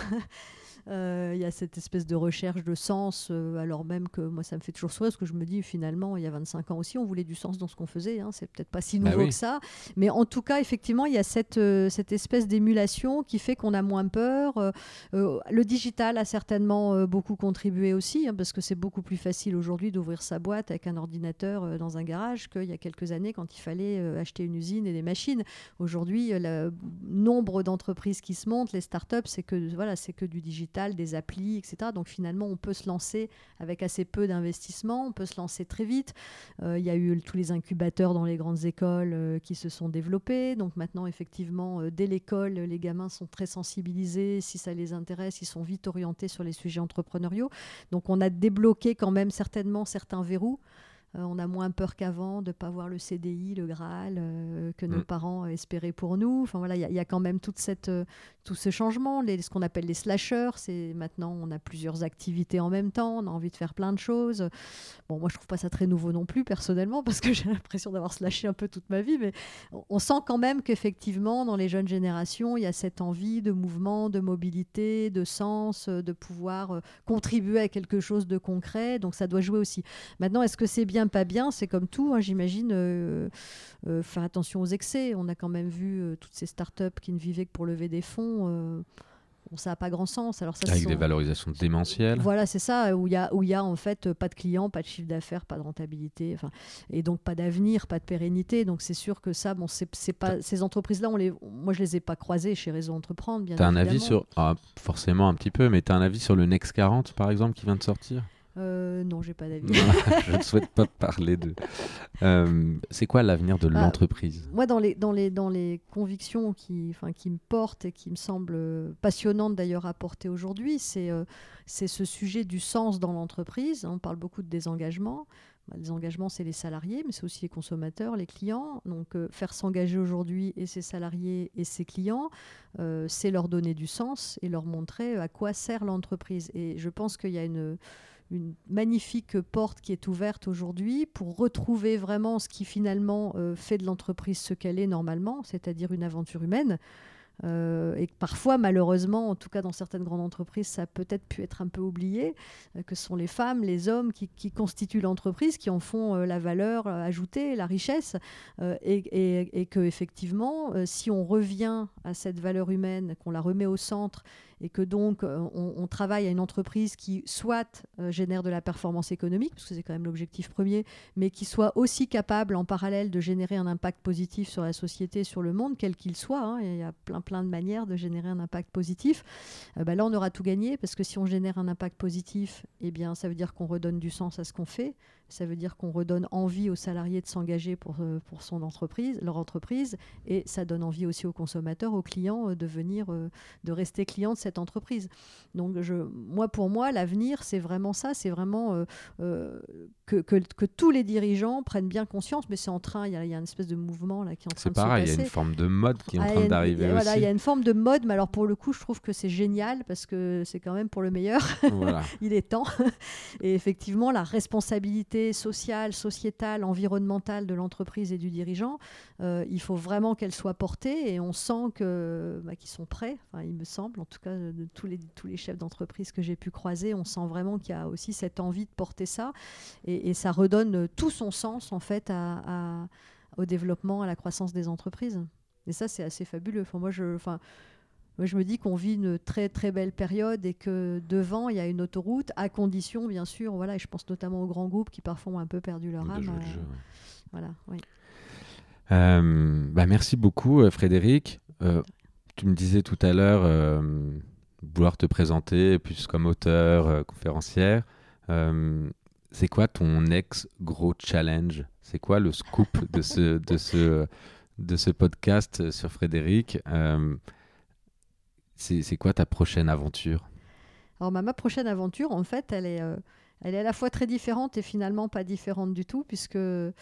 Il y a cette espèce de recherche de sens, alors même que moi ça me fait toujours sourire, parce que je me dis finalement il y a 25 ans aussi on voulait du sens dans ce qu'on faisait, hein. C'est peut-être pas si nouveau que ça, mais en tout cas effectivement il y a cette espèce d'émulation qui fait qu'on a moins peur. Le digital a certainement beaucoup contribué aussi, hein, parce que c'est beaucoup plus facile aujourd'hui d'ouvrir sa boîte avec un ordinateur dans un garage qu'il y a quelques années quand il fallait acheter une usine et des machines. Aujourd'hui le nombre d'entreprises qui se montent, les startups, c'est que du digital, des applis, etc. Donc finalement, on peut se lancer avec assez peu d'investissement, on peut se lancer très vite. Il y a eu tous les incubateurs dans les grandes écoles qui se sont développés. Donc maintenant, effectivement, dès l'école, les gamins sont très sensibilisés. Si ça les intéresse, ils sont vite orientés sur les sujets entrepreneuriaux. Donc on a débloqué quand même certainement certains verrous. On a moins peur qu'avant de ne pas voir le CDI, le Graal, que nos parents espéraient pour nous. Enfin, voilà, il y a quand même tout ce changement, ce qu'on appelle les slashers. Maintenant, on a plusieurs activités en même temps, on a envie de faire plein de choses. Bon, moi, je ne trouve pas ça très nouveau non plus, personnellement, parce que j'ai l'impression d'avoir slashé un peu toute ma vie. Mais on sent quand même qu'effectivement, dans les jeunes générations, il y a cette envie de mouvement, de mobilité, de sens, de pouvoir contribuer à quelque chose de concret. Donc, ça doit jouer aussi. Maintenant, est-ce que c'est bien, pas bien, c'est comme tout, hein, j'imagine, faire attention aux excès. On a quand même vu toutes ces startups qui ne vivaient que pour lever des fonds. Ça n'a pas grand sens. Alors ça, avec des valorisations démentielles. Voilà, c'est ça, où il y a en fait pas de clients, pas de chiffre d'affaires, pas de rentabilité, et donc pas d'avenir, pas de pérennité. Donc c'est sûr que ça, c'est pas, ces entreprises-là, moi je les ai pas croisées chez Réseau Entreprendre, bien évidemment. T'as un avis sur, forcément un petit peu, mais t'as un avis sur le Next 40 par exemple qui vient de sortir ? Non, j'ai pas d'avis. Je ne souhaite pas parler de... c'est quoi l'avenir de l'entreprise ? Moi, dans les convictions qui me portent et qui me semblent passionnantes d'ailleurs à porter aujourd'hui, c'est ce sujet du sens dans l'entreprise. On parle beaucoup de désengagement. Les engagements, c'est les salariés, mais c'est aussi les consommateurs, les clients. Donc, faire s'engager aujourd'hui et ses salariés et ses clients, c'est leur donner du sens et leur montrer à quoi sert l'entreprise. Et je pense qu'il y a une magnifique porte qui est ouverte aujourd'hui pour retrouver vraiment ce qui finalement fait de l'entreprise ce qu'elle est normalement, c'est-à-dire une aventure humaine. Et que parfois, malheureusement, en tout cas dans certaines grandes entreprises, ça a peut-être pu être un peu oublié, que ce sont les femmes, les hommes qui constituent l'entreprise, qui en font la valeur ajoutée, la richesse, et que effectivement, si on revient à cette valeur humaine, qu'on la remet au centre, et que donc on travaille à une entreprise qui soit génère de la performance économique, parce que c'est quand même l'objectif premier, mais qui soit aussi capable en parallèle de générer un impact positif sur la société, sur le monde, quel qu'il soit, hein. Il y a plein de manières de générer un impact positif. Là, on aura tout gagné, parce que si on génère un impact positif, eh bien, ça veut dire qu'on redonne du sens à ce qu'on fait. Ça veut dire qu'on redonne envie aux salariés de s'engager pour leur entreprise, et ça donne envie aussi aux consommateurs, aux clients de rester clients de cette entreprise. Donc, pour moi, l'avenir, c'est vraiment ça, c'est vraiment que tous les dirigeants prennent bien conscience, mais c'est en train, il y a une espèce de mouvement là qui est en train de se passer. C'est pareil, il y a une forme de mode qui est en train d'arriver aussi. Voilà, il y a une forme de mode, mais alors pour le coup, je trouve que c'est génial parce que c'est quand même pour le meilleur. Voilà. Il est temps. Et effectivement, la responsabilité sociale, sociétale, environnementale de l'entreprise et du dirigeant, il faut vraiment qu'elle soit portée, et on sent qu'ils sont prêts. Enfin, il me semble, en tout cas, de tous les chefs d'entreprise que j'ai pu croiser, on sent vraiment qu'il y a aussi cette envie de porter ça, et ça redonne tout son sens en fait au développement, à la croissance des entreprises. Et ça, c'est assez fabuleux. Moi, je me dis qu'on vit une très très belle période, et que devant il y a une autoroute, à condition bien sûr, voilà, et je pense notamment aux grands groupes qui parfois ont un peu perdu leur âme. Voilà, oui. Merci beaucoup Frédérique. Tu me disais tout à l'heure vouloir te présenter plus comme auteur, conférencière. C'est quoi ton ex-gros challenge ? C'est quoi le scoop de ce podcast sur Frédérique ? C'est quoi ta prochaine aventure ? Alors ma prochaine aventure, en fait, elle est à la fois très différente et finalement pas différente du tout, puisque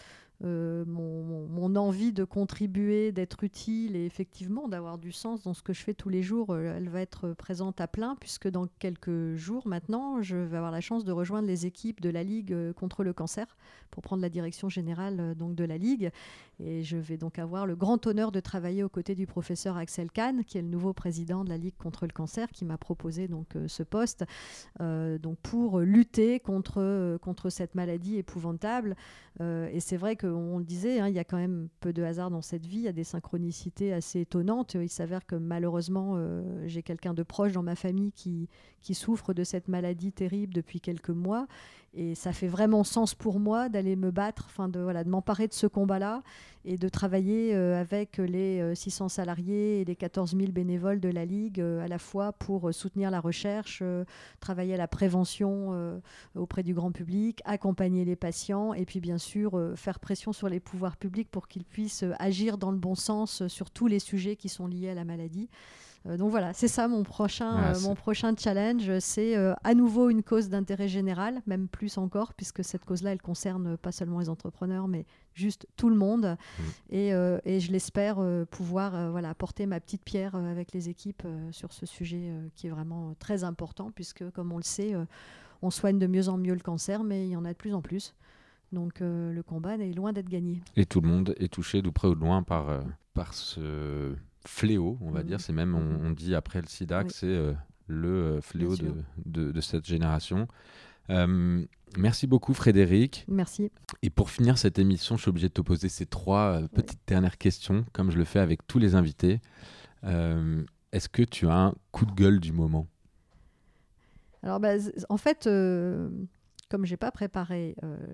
mon envie de contribuer, d'être utile et effectivement d'avoir du sens dans ce que je fais tous les jours, elle va être présente à plein, puisque dans quelques jours maintenant, je vais avoir la chance de rejoindre les équipes de la Ligue contre le cancer pour prendre la direction générale donc de la Ligue. Et je vais donc avoir le grand honneur de travailler aux côtés du professeur Axel Kahn, qui est le nouveau président de la Ligue contre le cancer, qui m'a proposé donc ce poste donc pour lutter contre cette maladie épouvantable. Et c'est vrai qu'on le disait, hein, il y a quand même peu de hasard dans cette vie, il y a des synchronicités assez étonnantes. Il s'avère que malheureusement, j'ai quelqu'un de proche dans ma famille qui souffre de cette maladie terrible depuis quelques mois. Et ça fait vraiment sens pour moi d'aller me battre, de m'emparer de ce combat-là, et de travailler avec les 600 salariés et les 14 000 bénévoles de la Ligue, à la fois pour soutenir la recherche, travailler à la prévention auprès du grand public, accompagner les patients, et puis bien sûr faire pression sur les pouvoirs publics pour qu'ils puissent agir dans le bon sens sur tous les sujets qui sont liés à la maladie. Donc voilà, c'est ça mon prochain challenge. C'est à nouveau une cause d'intérêt général, même plus encore, puisque cette cause-là, elle concerne pas seulement les entrepreneurs, mais juste tout le monde. Et je l'espère pouvoir apporter ma petite pierre avec les équipes sur ce sujet qui est vraiment très important, puisque comme on le sait, on soigne de mieux en mieux le cancer, mais il y en a de plus en plus. Donc le combat est loin d'être gagné. Et tout le monde est touché de près ou de loin par ce fléau, on va dire. C'est même, on dit après le sida, que c'est le fléau de cette génération. Merci beaucoup Frédérique. Merci. Et pour finir cette émission, je suis obligé de te poser ces trois petites dernières questions, comme je le fais avec tous les invités. Est-ce que tu as un coup de gueule du moment ? Alors en fait... Comme j'ai pas préparé,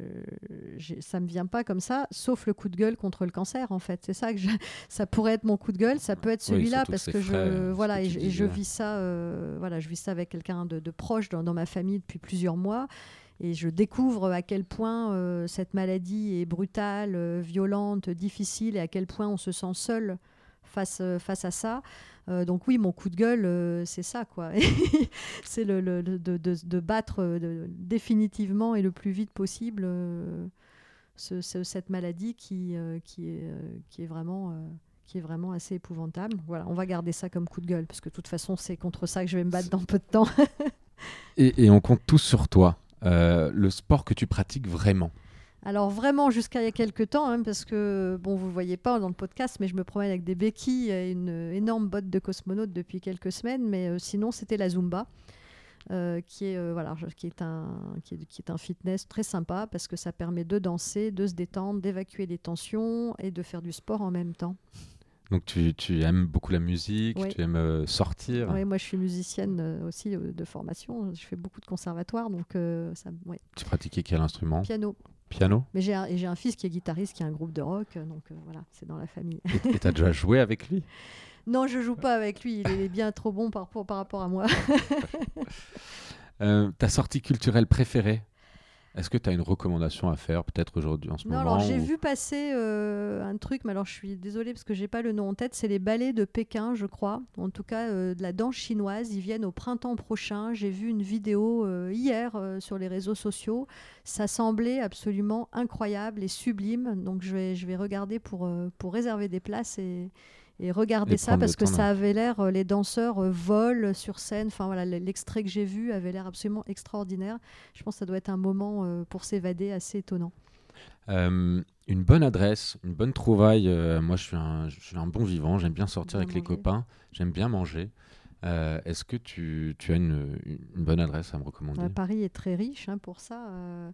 ça me vient pas comme ça, sauf le coup de gueule contre le cancer en fait. C'est ça que ça pourrait être mon coup de gueule, ça peut être celui-là parce que je vis ça, je vis ça avec quelqu'un de proche dans ma famille depuis plusieurs mois. Et je découvre à quel point cette maladie est brutale, violente, difficile, et à quel point on se sent seul face à ça. Donc oui, mon coup de gueule, c'est ça, quoi. C'est de battre définitivement et le plus vite possible cette maladie qui est vraiment assez épouvantable. Voilà, on va garder ça comme coup de gueule, parce que de toute façon, c'est contre ça que je vais me battre dans peu de temps. Et on compte tous sur toi. Le sport que tu pratiques vraiment? Alors vraiment jusqu'à il y a quelques temps, hein, parce que bon, vous ne voyez pas dans le podcast, mais je me promène avec des béquilles et une énorme botte de cosmonaute depuis quelques semaines, mais sinon c'était la Zumba. Qui est un fitness très sympa, parce que ça permet de danser, de se détendre, d'évacuer les tensions et de faire du sport en même temps. Donc tu aimes beaucoup la musique, Oui. Tu aimes sortir. Oui, moi je suis musicienne aussi de formation, je fais beaucoup de conservatoire, donc ouais. Tu pratiquais quel instrument? Piano. Mais j'ai un fils qui est guitariste, qui a un groupe de rock, donc voilà, c'est dans la famille. Et tu as déjà joué avec lui? Non, je joue pas avec lui, il est bien trop bon par rapport à moi. Ta sortie culturelle préférée? Est-ce que tu as une recommandation à faire peut-être aujourd'hui en ce moment? Alors j'ai vu passer un truc, mais alors je suis désolée parce que j'ai pas le nom en tête, c'est les ballets de Pékin, je crois, en tout cas de la danse chinoise. Ils viennent au printemps prochain. J'ai vu une vidéo hier sur les réseaux sociaux, ça semblait absolument incroyable et sublime, donc je vais regarder pour réserver des places et regarder ça, parce que ça avait l'air, les danseurs volent sur scène, enfin voilà, l'extrait que j'ai vu avait l'air absolument extraordinaire. Je pense que ça doit être un moment pour s'évader assez étonnant. Une bonne adresse, une bonne trouvaille. Moi je suis un bon vivant, j'aime bien sortir avec les copains, j'aime bien manger. Est-ce que tu as une bonne adresse à me recommander? Paris est très riche pour ça.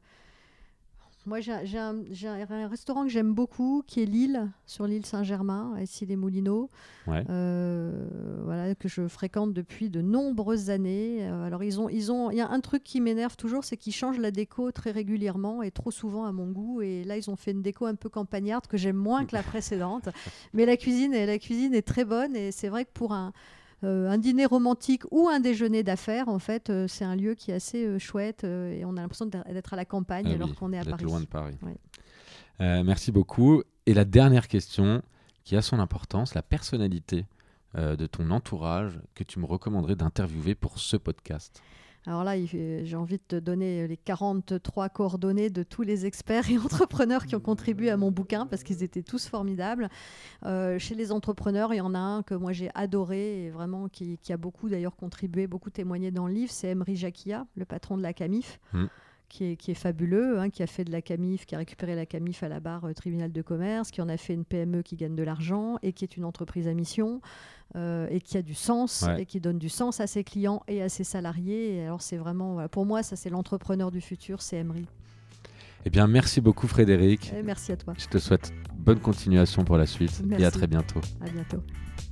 Moi, j'ai un restaurant que j'aime beaucoup, qui est Lille, sur l'île Saint-Germain, à Issy-les-Moulineaux, Ouais. voilà, que je fréquente depuis de nombreuses années. Alors, il y a un truc qui m'énerve toujours, c'est qu'ils changent la déco très régulièrement et trop souvent à mon goût. Et là, ils ont fait une déco un peu campagnarde que j'aime moins que la précédente. Mais la cuisine est très bonne, et c'est vrai que pour un dîner romantique ou un déjeuner d'affaires, en fait, c'est un lieu qui est assez chouette, et on a l'impression d'être à la campagne alors qu'on est à Paris. Loin de Paris. Ouais. Merci beaucoup. Et la dernière question, qui a son importance, la personnalité de ton entourage que tu me recommanderais d'interviewer pour ce podcast? Alors là, j'ai envie de te donner les 43 coordonnées de tous les experts et entrepreneurs qui ont contribué à mon bouquin, parce qu'ils étaient tous formidables. Chez les entrepreneurs, il y en a un que moi j'ai adoré, et vraiment qui a beaucoup d'ailleurs contribué, beaucoup témoigné dans le livre, c'est Emri Jacquia, le patron de la Camif. Qui est fabuleux, qui a fait de la Camif, qui a récupéré la Camif à la barre tribunal de commerce, qui en a fait une PME qui gagne de l'argent et qui est une entreprise à mission, et qui a du sens, et qui donne du sens à ses clients et à ses salariés. Et alors c'est vraiment, voilà, pour moi, ça c'est l'entrepreneur du futur, c'est Emri. Eh bien, merci beaucoup Frédéric. Et merci à toi. Je te souhaite bonne continuation pour la suite. Merci. Et à très bientôt. À bientôt.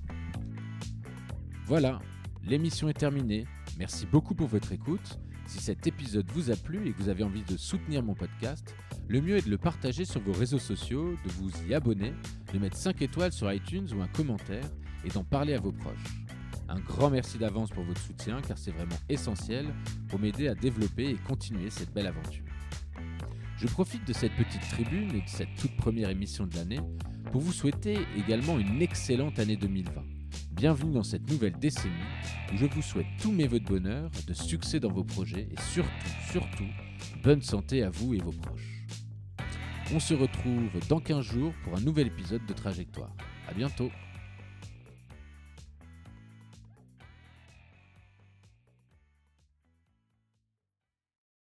Voilà, l'émission est terminée. Merci beaucoup pour votre écoute. Si cet épisode vous a plu et que vous avez envie de soutenir mon podcast, le mieux est de le partager sur vos réseaux sociaux, de vous y abonner, de mettre 5 étoiles sur iTunes ou un commentaire et d'en parler à vos proches. Un grand merci d'avance pour votre soutien, car c'est vraiment essentiel pour m'aider à développer et continuer cette belle aventure. Je profite de cette petite tribune et de cette toute première émission de l'année pour vous souhaiter également une excellente année 2020. Bienvenue dans cette nouvelle décennie où je vous souhaite tous mes vœux de bonheur, de succès dans vos projets et surtout, bonne santé à vous et vos proches. On se retrouve dans 15 jours pour un nouvel épisode de Trajectoire. À bientôt.